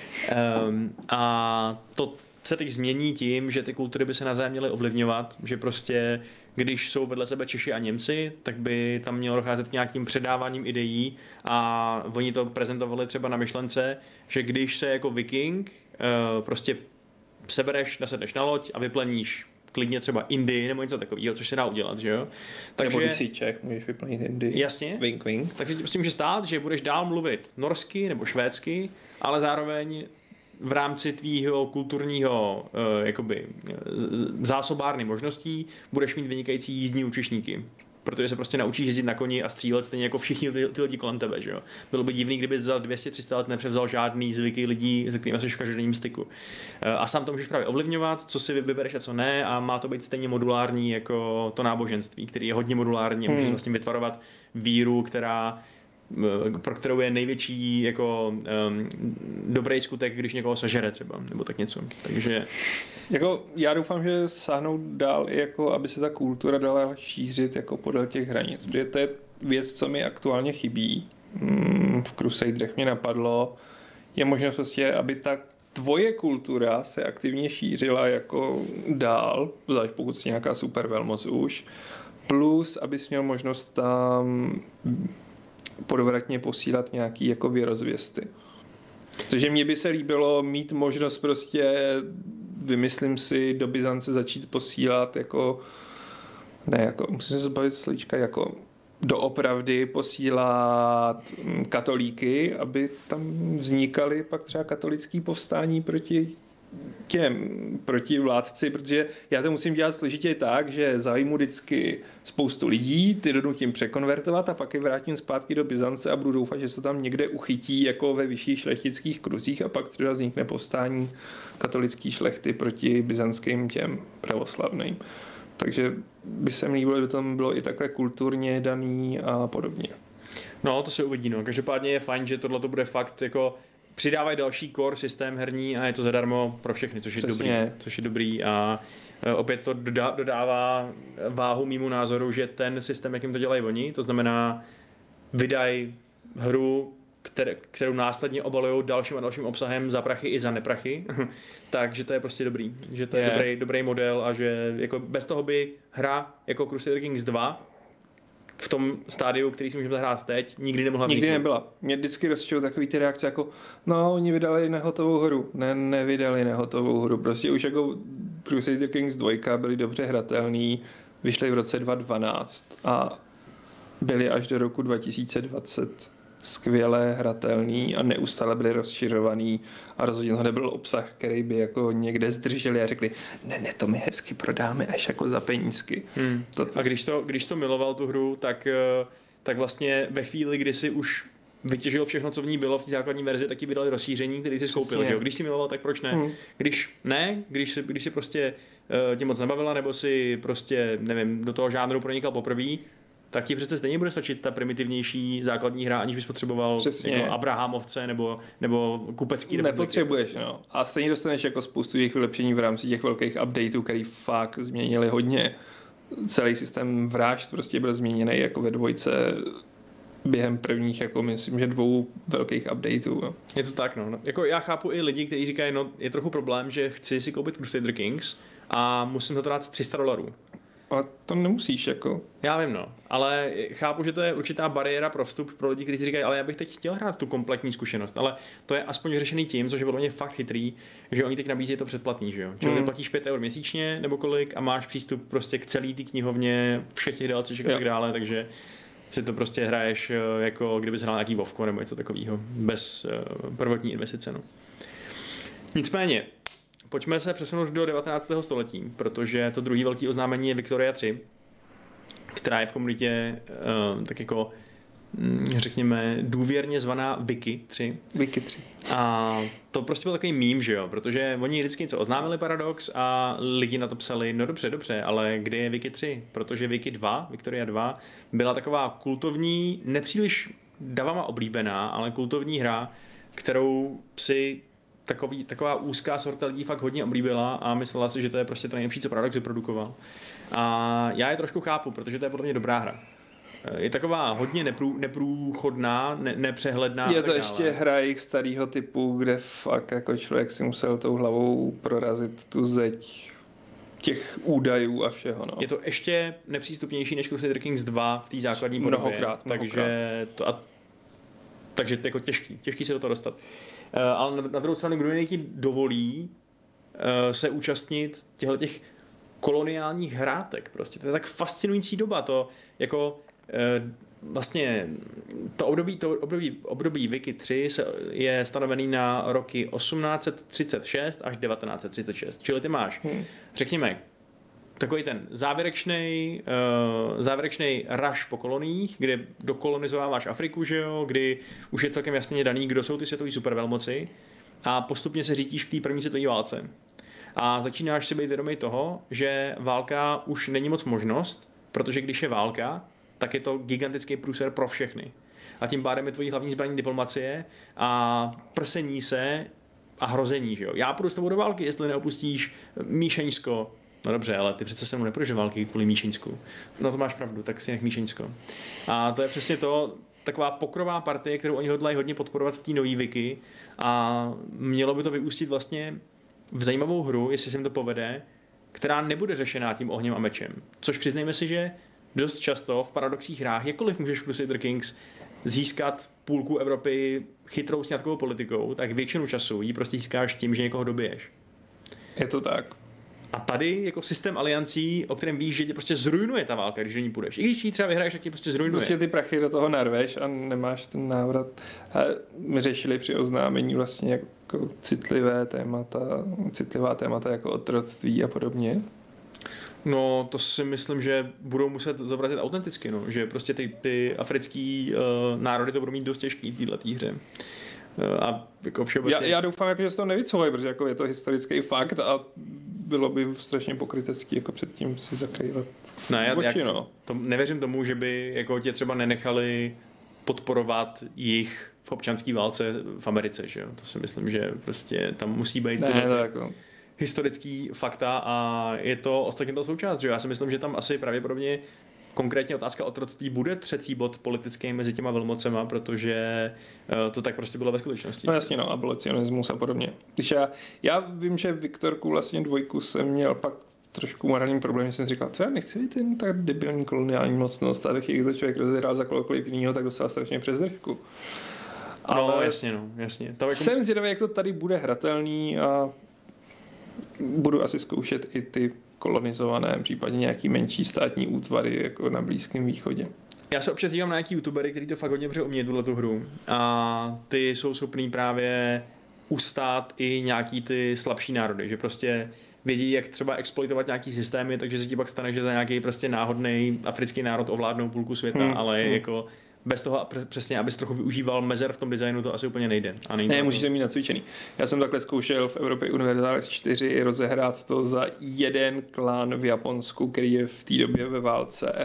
A to se teď změní tím, že ty kultury by se navzájem měly ovlivňovat, že prostě když jsou vedle sebe Češi a Němci, tak by tam mělo docházet k nějakým předáváním ideí a oni to prezentovali třeba na myšlence, že když se jako viking prostě sebereš, nasedneš na loď a vypleníš klidně třeba Indii nebo něco takového, což se dá udělat, že jo? Takže, nebo když jsi Čech, můžeš vyplenit Indii. Jasně. Wink, wink. Takže ti prostě může stát, že budeš dál mluvit norsky nebo švédsky, ale zároveň v rámci tvýho kulturního jakoby zásobárny možností budeš mít vynikající jízdní účišníky. Protože se prostě naučíš jezdit na koni a střílet stejně jako všichni ty lidi kolem tebe, že jo. Bylo by divný, kdyby za 200-300 let nepřevzal žádný zvyky lidí, se kterými jsi v každodenním styku. A sám to můžeš právě ovlivňovat, co si vybereš a co ne, a má to být stejně modulární jako to náboženství, který je hodně modulární a můžeš vlastně vytvarovat víru, pro kterou je největší jako dobrý skutek, když někoho sežere třeba, nebo tak něco. Takže jako já doufám, že sáhnou dál, jako aby se ta kultura dala šířit jako podél těch hranic, protože to je věc, co mi aktuálně chybí. V Crusaderech mě napadlo, je možnost prostě, aby ta tvoje kultura se aktivně šířila jako dál, zvlášť pokud jsi nějaká super velmoc už, plus abys měl možnost tam podvratně posílat nějaký jako věrozvěsty. Protože mně by se líbilo mít možnost prostě, vymyslím si, do Byzance začít posílat jako, ne jako, musím se zbavit slovíčka, jako doopravdy posílat katolíky, aby tam vznikaly pak třeba katolický povstání proti vládci, protože já to musím dělat složitě tak, že zajmu vždycky spoustu lidí, ty donutím překonvertovat a pak je vrátím zpátky do Byzance a budu doufat, že se tam někde uchytí jako ve vyšších šlechtických kruzích a pak třeba vznikne povstání katolické šlechty proti byzantským těm pravoslavným. Takže by se mi líbilo, že tam bylo i takhle kulturně daný a podobně. No, to se uvidí, no. Každopádně je fajn, že tohle to bude fakt jako přidávají další core systém herní a je to zadarmo pro všechny, což je dobrý a opět to dodává váhu mýmu názoru, že ten systém, jakým to dělají oni, to znamená vydají hru, kterou následně obalují dalším a dalším obsahem za prachy i za neprachy, takže to je prostě dobrý, že to je dobrý model a že jako bez toho by hra jako Crusader Kings 2 v tom stádiu, který si můžeme zahrát teď, nikdy nemohla být. Nikdy nebyla. Mě vždycky rozčil takový ty reakce jako, no, oni vydali nehotovou hru. Ne, nevydali nehotovou hru. Prostě už jako Crusader Kings 2 byly dobře hratelný, vyšly v roce 2012 a byly až do roku 2020 skvěle hratelný a neustále byly rozšiřovaný a rozhodně to nebyl obsah, který by jako někde zdrželi a řekli, ne, to my hezky prodáme až jako za penízky. A když to miloval tu hru, tak vlastně ve chvíli, kdy si už vytěžil všechno, co v ní bylo v té základní verzi, tak ti vydali rozšíření, který si skoupil. Že jo? Když si miloval, tak proč ne? Když si prostě tě moc nebavila, nebo si prostě, nevím, do toho žánru pronikal poprvé, tak ti přece stejně bude stačit ta primitivnější základní hra, aniž bys potřeboval jako Abrahamovce nebo kupecký republiky. Nepotřebuješ, no. A stejně dostaneš jako spoustu těch vylepšení v rámci těch velkých updateů, který fakt změnili hodně. Celý systém vražd prostě byl změněný jako ve 2 během prvních, jako myslím, že 2 velkých updateů. No. Je to tak, no. Jako já chápu i lidi, kteří říkají, no je trochu problém, že chci si koupit Crusader Kings a musím za to dát $300. Ale to nemusíš, jako. Já vím, no, ale chápu, že to je určitá bariéra pro vstup pro lidi, kteří si říkají, ale já bych teď chtěl hrát tu kompletní zkušenost, ale to je aspoň řešený tím, což je podle mě fakt chytrý, že oni teď nabízí to předplatný, že jo. Čili platíš 5 € měsíčně nebo kolik a máš přístup prostě k celý té knihovně, všech těch DLCček a tak dále, takže si to prostě hraješ jako kdybys hrál nějaký WoWko nebo něco takového, bez prvotní investice, no. Nicméně, pojďme se přesunout do 19. století, protože to druhý velký oznámení je Victoria 3, která je v komunitě tak jako řekněme důvěrně zvaná Wiki 3. Wiki 3. A to prostě byl takový meme, že jo, protože oni vždycky něco oznámili Paradox a lidi na to psali, no dobře, ale kde je Wiki 3? Protože Wiki 2, Victoria 2, byla taková kultovní, nepříliš davama oblíbená, ale kultovní hra, kterou si taková úzká sorta lidí fakt hodně oblíbila a myslela si, že to je prostě to nejlepší, co Paradox vyprodukoval. A já je trošku chápu, protože to je podle mě dobrá hra. Je taková hodně neprůchodná, nepřehledná. Je to ještě hra jejich starého typu, kde fakt jako člověk si musel tou hlavou prorazit tu zeď těch údajů a všeho. No. Je to ještě nepřístupnější než Crusader Kings 2 v té základní podobě. Mnohokrát. Takže to je jako těžký se do toho dostat. Ale na druhou stranu, kdo ti dovolí se účastnit těch koloniálních hrátek. Prostě. To je tak fascinující doba. To jako vlastně to období Wiki 3 je stanovený na roky 1836 až 1936. Čili ty máš, řekněme, takový ten závěrečný rush po koloniích, kde dokolonizováváš Afriku, že jo, kdy už je celkem jasně daný, kdo jsou ty světové supervelmoci a postupně se řítíš k té první světové válce. A začínáš si být vědomý toho, že válka už není moc možnost, protože když je válka, tak je to gigantický průser pro všechny. A tím pádem je tvojí hlavní zbraní diplomacie a prsení se a hrození, že jo. Já půjdu s tebou do války, jestli neopustíš Míšeňsko. No dobře, ale ty přece se mnou nepůjdeš do války kvůli Míšeňsku. No to máš pravdu, tak si nech Míšeňsko. A to je přesně to, taková pokrová partie, kterou oni hodlají hodně podporovat v té nový Wiki a mělo by to vyústit vlastně v zajímavou hru, jestli se jim to povede, která nebude řešená tím ohněm a mečem. Což přiznejme si, že dost často v paradoxních hrách, jakkoliv můžeš v Crusader Kings získat půlku Evropy chytrou sňatkovou politikou, tak většinu času ji prostě získáš tím, že někoho dobiješ. Je to tak. A tady jako systém aliancí, o kterém víš, že tě prostě zrujnuje ta válka, když do ní půjdeš. I když ji třeba vyhraješ, tak tě prostě zrujnuje. Prostě ty prachy do toho narveš a nemáš ten návrat. A my řešili při oznámení vlastně jako citlivá témata jako otroctví a podobně. No, to si myslím, že budou muset zobrazit autenticky, no. Že prostě ty africký národy to budou mít dost těžký v této hře. A jako všeobecně... Já doufám, že se to nevycouvají, protože jako je to historický fakt a bylo by strašně pokrytecký jako předtím si zakrývat oči, no. Nevěřím tomu, že by jako tě třeba nenechali podporovat jich v občanské válce v Americe, že jo? To si myslím, že prostě tam musí být historický fakta a je to ostatně to součást, že jo? Já si myslím, že tam asi pravděpodobně konkrétně otázka otroctví bude třecí bod politický mezi těma velmocema, protože to tak prostě bylo ve skutečnosti. No jasně, no, abolicionismus a podobně. Když já vím, že Viktorku vlastně 2 jsem měl pak trošku morální problém, že jsem říkal, já nechci být ten tak debilní koloniální mocnost, abych když to člověk rozehrál za kohokoliv jinýho, tak dostal strašně přes držku. No jasně. To jako... Jsem zvědavý, jak to tady bude hratelný a budu asi zkoušet i ty kolonizované, případně nějaký menší státní útvary jako na Blízkém východě. Já se občas dívám na nějaký youtubery, kteří to fakt hodně dobře umějí tuhletu hru a ty jsou schopný právě ustát i nějaký ty slabší národy, že prostě vědí, jak třeba exploitovat nějaký systémy, takže se ti pak stane, že za nějaký prostě náhodný africký národ ovládnou půlku světa, ale jako bez toho přesně, abys trochu využíval mezer v tom designu, to asi úplně nejde. A ne, musíš to mít nacvičený. Já jsem takhle zkoušel v Evropě Universalis 4 rozehrát to za jeden klan v Japonsku, který je v té době ve válce.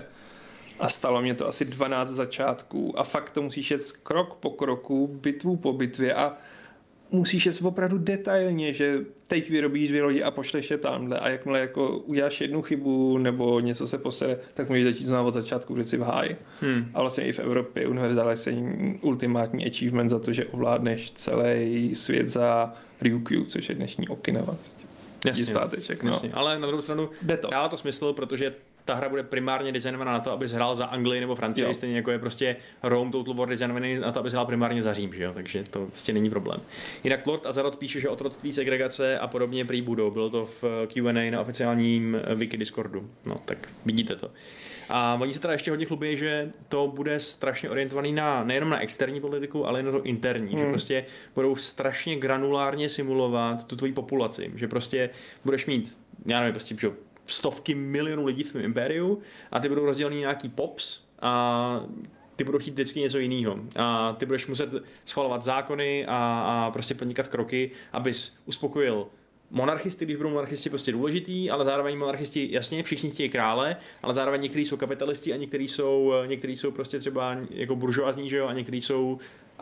A stalo mě to asi 12 začátků. A fakt to musíš jet krok po kroku, bitvu po bitvě a musíš jet opravdu detailně, že teď vyrobíš 2 lodi a pošleš je tamhle a jakmile jako uděláš jednu chybu nebo něco se posede, tak můžeš začít znovu od začátku, že si v háji. A vlastně i v Evropě Universalis je ultimátní achievement za to, že ovládneš celý svět za Ryukyu, což je dnešní Okinawa. Jasně, státeček, jasně. Ale na druhou stranu dává to smysl, protože ta hra bude primárně designovaná na to, abys hrál za Anglii nebo Francii, stejně jako je prostě Rome Total War designovaný na to, abys hrál primárně za Řím, že jo? Takže to prostě není problém. Jinak Lord Azeroth píše, že otroctví, segregace a podobně prý budou. Bylo to v Q&A na oficiálním wiki Discordu. No, tak vidíte to. A oni se teda ještě hodně chlubí, že to bude strašně orientovaný nejenom na externí politiku, ale i na to interní. Že prostě budou strašně granulárně simulovat tu tvoji populaci. Že prostě budeš mít, já nevím, prostě, že stovky milionů lidí v tom impériu a ty budou rozdělený nějaký pops a ty budou chtít vždycky něco jiného. A ty budeš muset schvalovat zákony a prostě podnikat kroky, abys uspokojil monarchisty, když budou monarchisti prostě důležitý, ale zároveň monarchisti, jasně, všichni chtějí krále, ale zároveň někteří jsou kapitalisti a někteří jsou prostě třeba jako buržoazní, že jo, a někteří jsou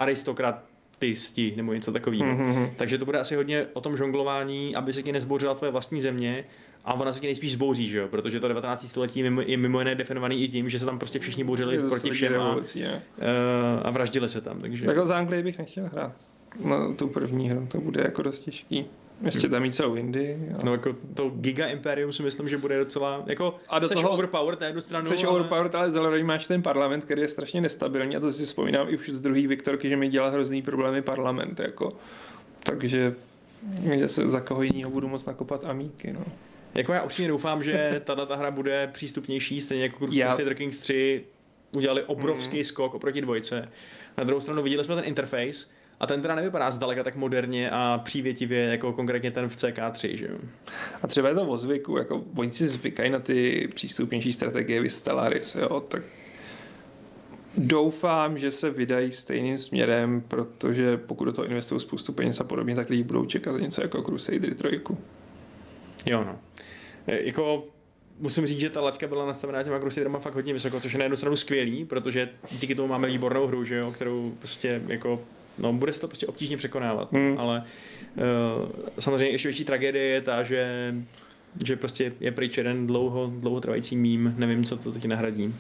aristokratisti nebo něco takového. Takže to bude asi hodně o tom žonglování, aby se ti nezbouřila tvoje vlastní země. A ona se ti nejspíš zbouří, že jo? Protože to 19. století je mimo jiné definovaný i tím, že se tam prostě všichni bouřili proti všem a vraždili se tam. Takže... Jako za Anglii bych nechtěl hrát. No, tu první hru, to bude jako dost těžký. Ještě tam mít celou Indii. No jako to Giga Imperium si myslím, že bude docela, jako a do toho overpowered na jednu stranu. Jsi overpowered, ale zároveň máš ten parlament, který je strašně nestabilní a to si vzpomínám i už z druhé Viktorky, že mi dělá hrozný problémy parlament, jako. Takže se za koho jinýho budu moc nakopat amíky, no. Jako já určitě doufám, že ta hra bude přístupnější, stejně jako Crusader Kings 3 udělali obrovský skok oproti 2. Na druhou stranu viděli jsme ten interface a ten teda nevypadá zdaleka tak moderně a přívětivě jako konkrétně ten v CK3, že jo. A třeba je to o zvyku, jako oni si zvykají na ty přístupnější strategie Stellaris, jo, tak doufám, že se vydají stejným směrem, protože pokud do toho investují spoustu peněz a podobně, tak lidi budou čekat něco jako Crusader 3. Jo, no. Jako musím říct, že ta laťka byla nastavená těma Crusaderama fakt hodně vysoko, což je na jednu stranu skvělý, protože díky tomu máme výbornou hru, že jo, kterou prostě jako, no bude se to prostě obtížně překonávat, ale samozřejmě ještě větší tragédie je ta, že prostě je pryč jeden dlouhotrvající mím, nevím, co to teď nahradí.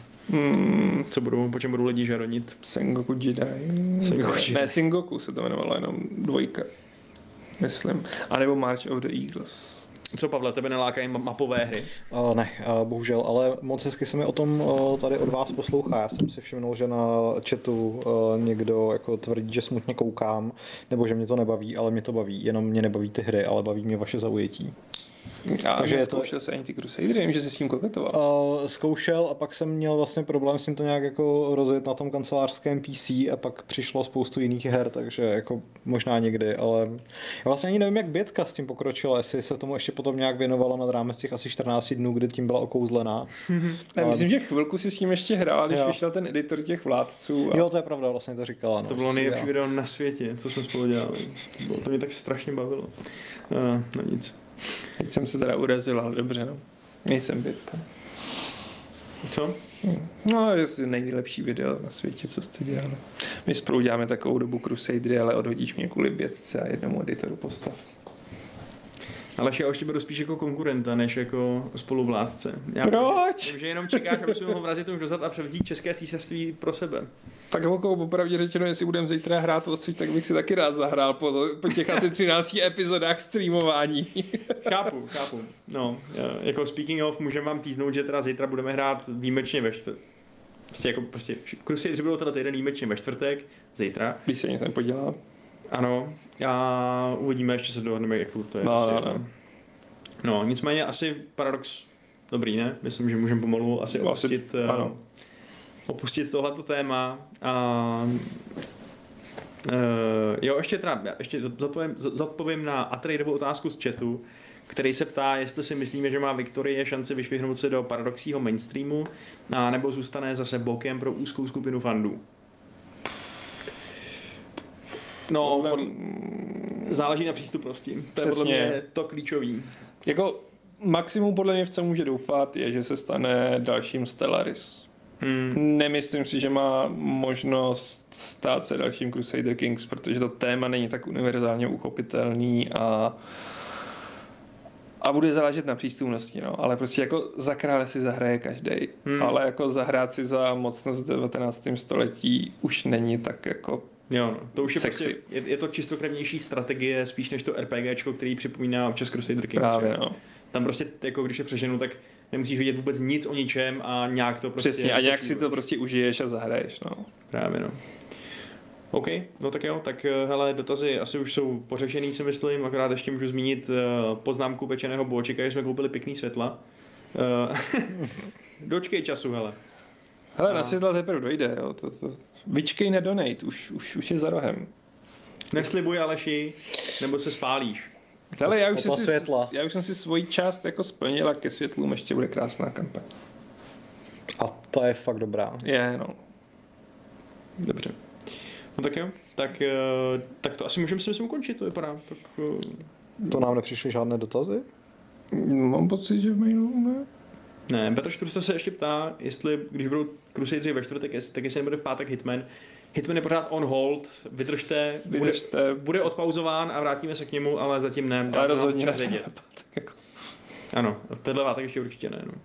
Po čem budou lidi žaronit? Sengoku Jedi. Ne, Sengoku se to jmenovalo jenom 2. Myslím. A nebo March of the Eagles. Co, Pavle, tebe nelákají mapové hry? Ne, bohužel, ale moc hezky se mi o tom tady od vás poslouchá. Já jsem si všimnul, že na chatu někdo jako tvrdí, že smutně koukám, nebo že mě to nebaví, ale mě to baví. Jenom mě nebaví ty hry, ale baví mě vaše zaujetí. Takže zkoušel se ani ty Crusadery, nevím, že jsi s tím koketoval. Zkoušel a pak jsem měl vlastně problém s tím to nějak jako rozjet na tom kancelářském PC a pak přišlo spoustu jiných her, takže jako možná někdy, ale já vlastně ani nevím, jak Bětka s tím pokročila, jestli se tomu ještě potom nějak věnovala nad rámec těch asi 14 dnů, kdy tím byla okouzlená. Já myslím, že chvilku si s tím ještě hrál, když vyšel ten editor těch vládců. Jo, to je pravda, vlastně to říkala. No, to bylo nejlepší video na světě, co jsme spolu dělali. To mě tak strašně bavilo. No nic. Teď jsem se teda urazil, ale dobře, no. Nejsem Bětka. Co? No, je to nejlepší video na světě, co jste dělali. My spolu děláme takovou dobu Crusadery, ale odhodíš mě kvůli Bětce a jednomu editoru postav. Ale já už tě beru spíš jako konkurenta, než jako spoluvládce. Proč? Vím, že jenom čekáš, aby jsme mohl vrazit už dozad a převzít české císařství pro sebe. Tak holkou, popravdě řečeno, jestli budeme zítra hrát odsud, tak bych si taky rád zahrál po těch asi 13 epizodách streamování. Chápu. No, jako speaking of, můžeme vám týznout, že teda zítra budeme hrát výjimečně ve čtvrtek. Prostě Crusadeři budou teda týden výjimečně ve čtvrtek, zítra. Když se nic nepodělá. Ano, a uvidíme, ještě se dohodneme, jak to je. No, nicméně asi Paradox dobrý, ne? Myslím, že můžeme pomalu asi opustit tohleto téma. Jo, ještě zodpovím na Atreidovou otázku z chatu, který se ptá, jestli si myslíme, že má Viktorie šanci vyšvihnout se do paradoxního mainstreamu, nebo zůstane zase bokem pro úzkou skupinu fandů. No, záleží na přístupnosti. To je podle mě to klíčový. Jako maximum podle mě, v co může doufat, je, že se stane dalším Stellaris. Nemyslím si, že má možnost stát se dalším Crusader Kings, protože to téma není tak univerzálně uchopitelný a bude záležet na přístupnosti, no. Ale prostě jako za krále si zahraje každej. Ale jako zahrát si za mocnost v 19. století už není tak jako jo, no. To už je sexy. Prostě, je to čistokrevnější strategie, spíš než to RPGčko, který připomíná občas Crusader Kings. Právě, no. Tam prostě, jako když je přeženu, tak nemusíš vidět vůbec nic o ničem a nějak to prostě... Přesně, a nějak si to prostě užiješ a zahraješ, no. Právě, no. OK, no tak jo, tak hele, dotazy asi už jsou pořešený, si myslím, akorát ještě můžu zmínit poznámku pečeného Bočeka, že jsme koupili pěkný světla. Dočkej času, hele. Hele, na světla teprve dojde, jo. Vyčkej na donate, už je za rohem. Neslibuj, Aleši, nebo se spálíš. Hele, já už jsem si svoji část jako splnil a ke světlům ještě bude krásná kampaň. A ta je fakt dobrá. Je, no. Dobře. No tak jo, tak to asi můžeme si myslím ukončit, to vypadá. Tak, To nám nepřišly žádné dotazy? Mám pocit, že v mailu ne. Ne, Petr Šturce se ještě ptá, jestli, když budou Crusadeři ve čtvrtek, tak jestli nebude v pátek Hitman. Hitman je pořád on hold, vydržte. Bude odpauzován a vrátíme se k němu, ale zatím ne. Ale rozhodně ne. Jako. Ano, v téhle pátek ještě určitě ne. No.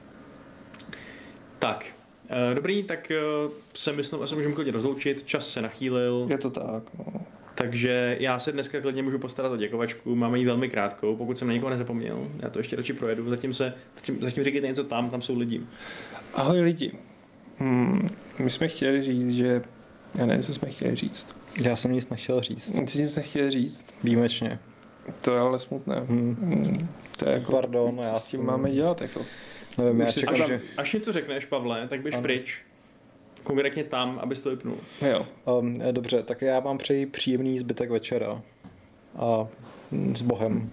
Tak, dobrý, tak se myslím, asi můžeme klidně rozloučit, čas se nachýlil. Je to tak, no. Takže já se dneska klidně můžu postarat o děkovačku, máme ji velmi krátkou, pokud jsem na někoho nezapomněl, já to ještě radši projedu, zatím říkejte něco tam jsou lidi. Ahoj lidi. My jsme chtěli říct, že... Já nevím, co jsme chtěli říct. Já jsem nic nechtěl říct. Ty nic nechtěl říct. Výjimečně. To je ale smutné. To je jako... Pardon, co s tím máme dělat, jako... Nevím, já čekám, že... Až něco řekneš, Pavle, tak běž pryč. Konkrétně tam, abys to vypnul. Jo. Dobře, tak já vám přeji příjemný zbytek večera. A s Bohem.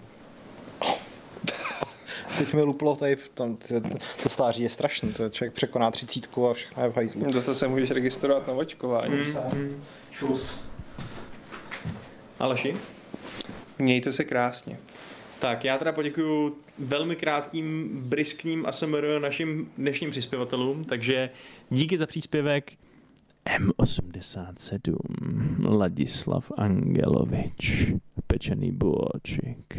Teď mi luplo tady to stáří je strašné. To člověk překoná 30 a všechno je v hajzlu. Zase se můžeš registrovat na očkování. Čus. Aleši? Mějte se krásně. Tak já teda poděkuju velmi krátkým, briskním ASMR našim dnešním přispěvatelům, takže díky za příspěvek M87, Ladislav Angelovič, Pečený Boček.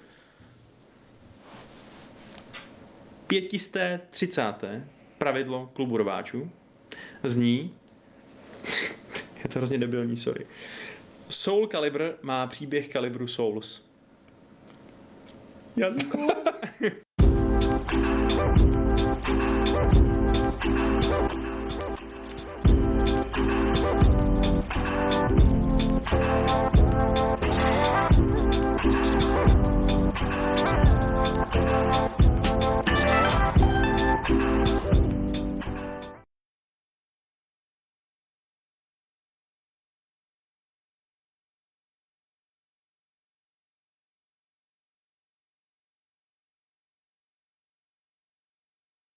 530. pravidlo klubu rváčů zní, je to hrozně debilní, sorry. Soul Calibur má příběh kalibru Souls. Jazyku.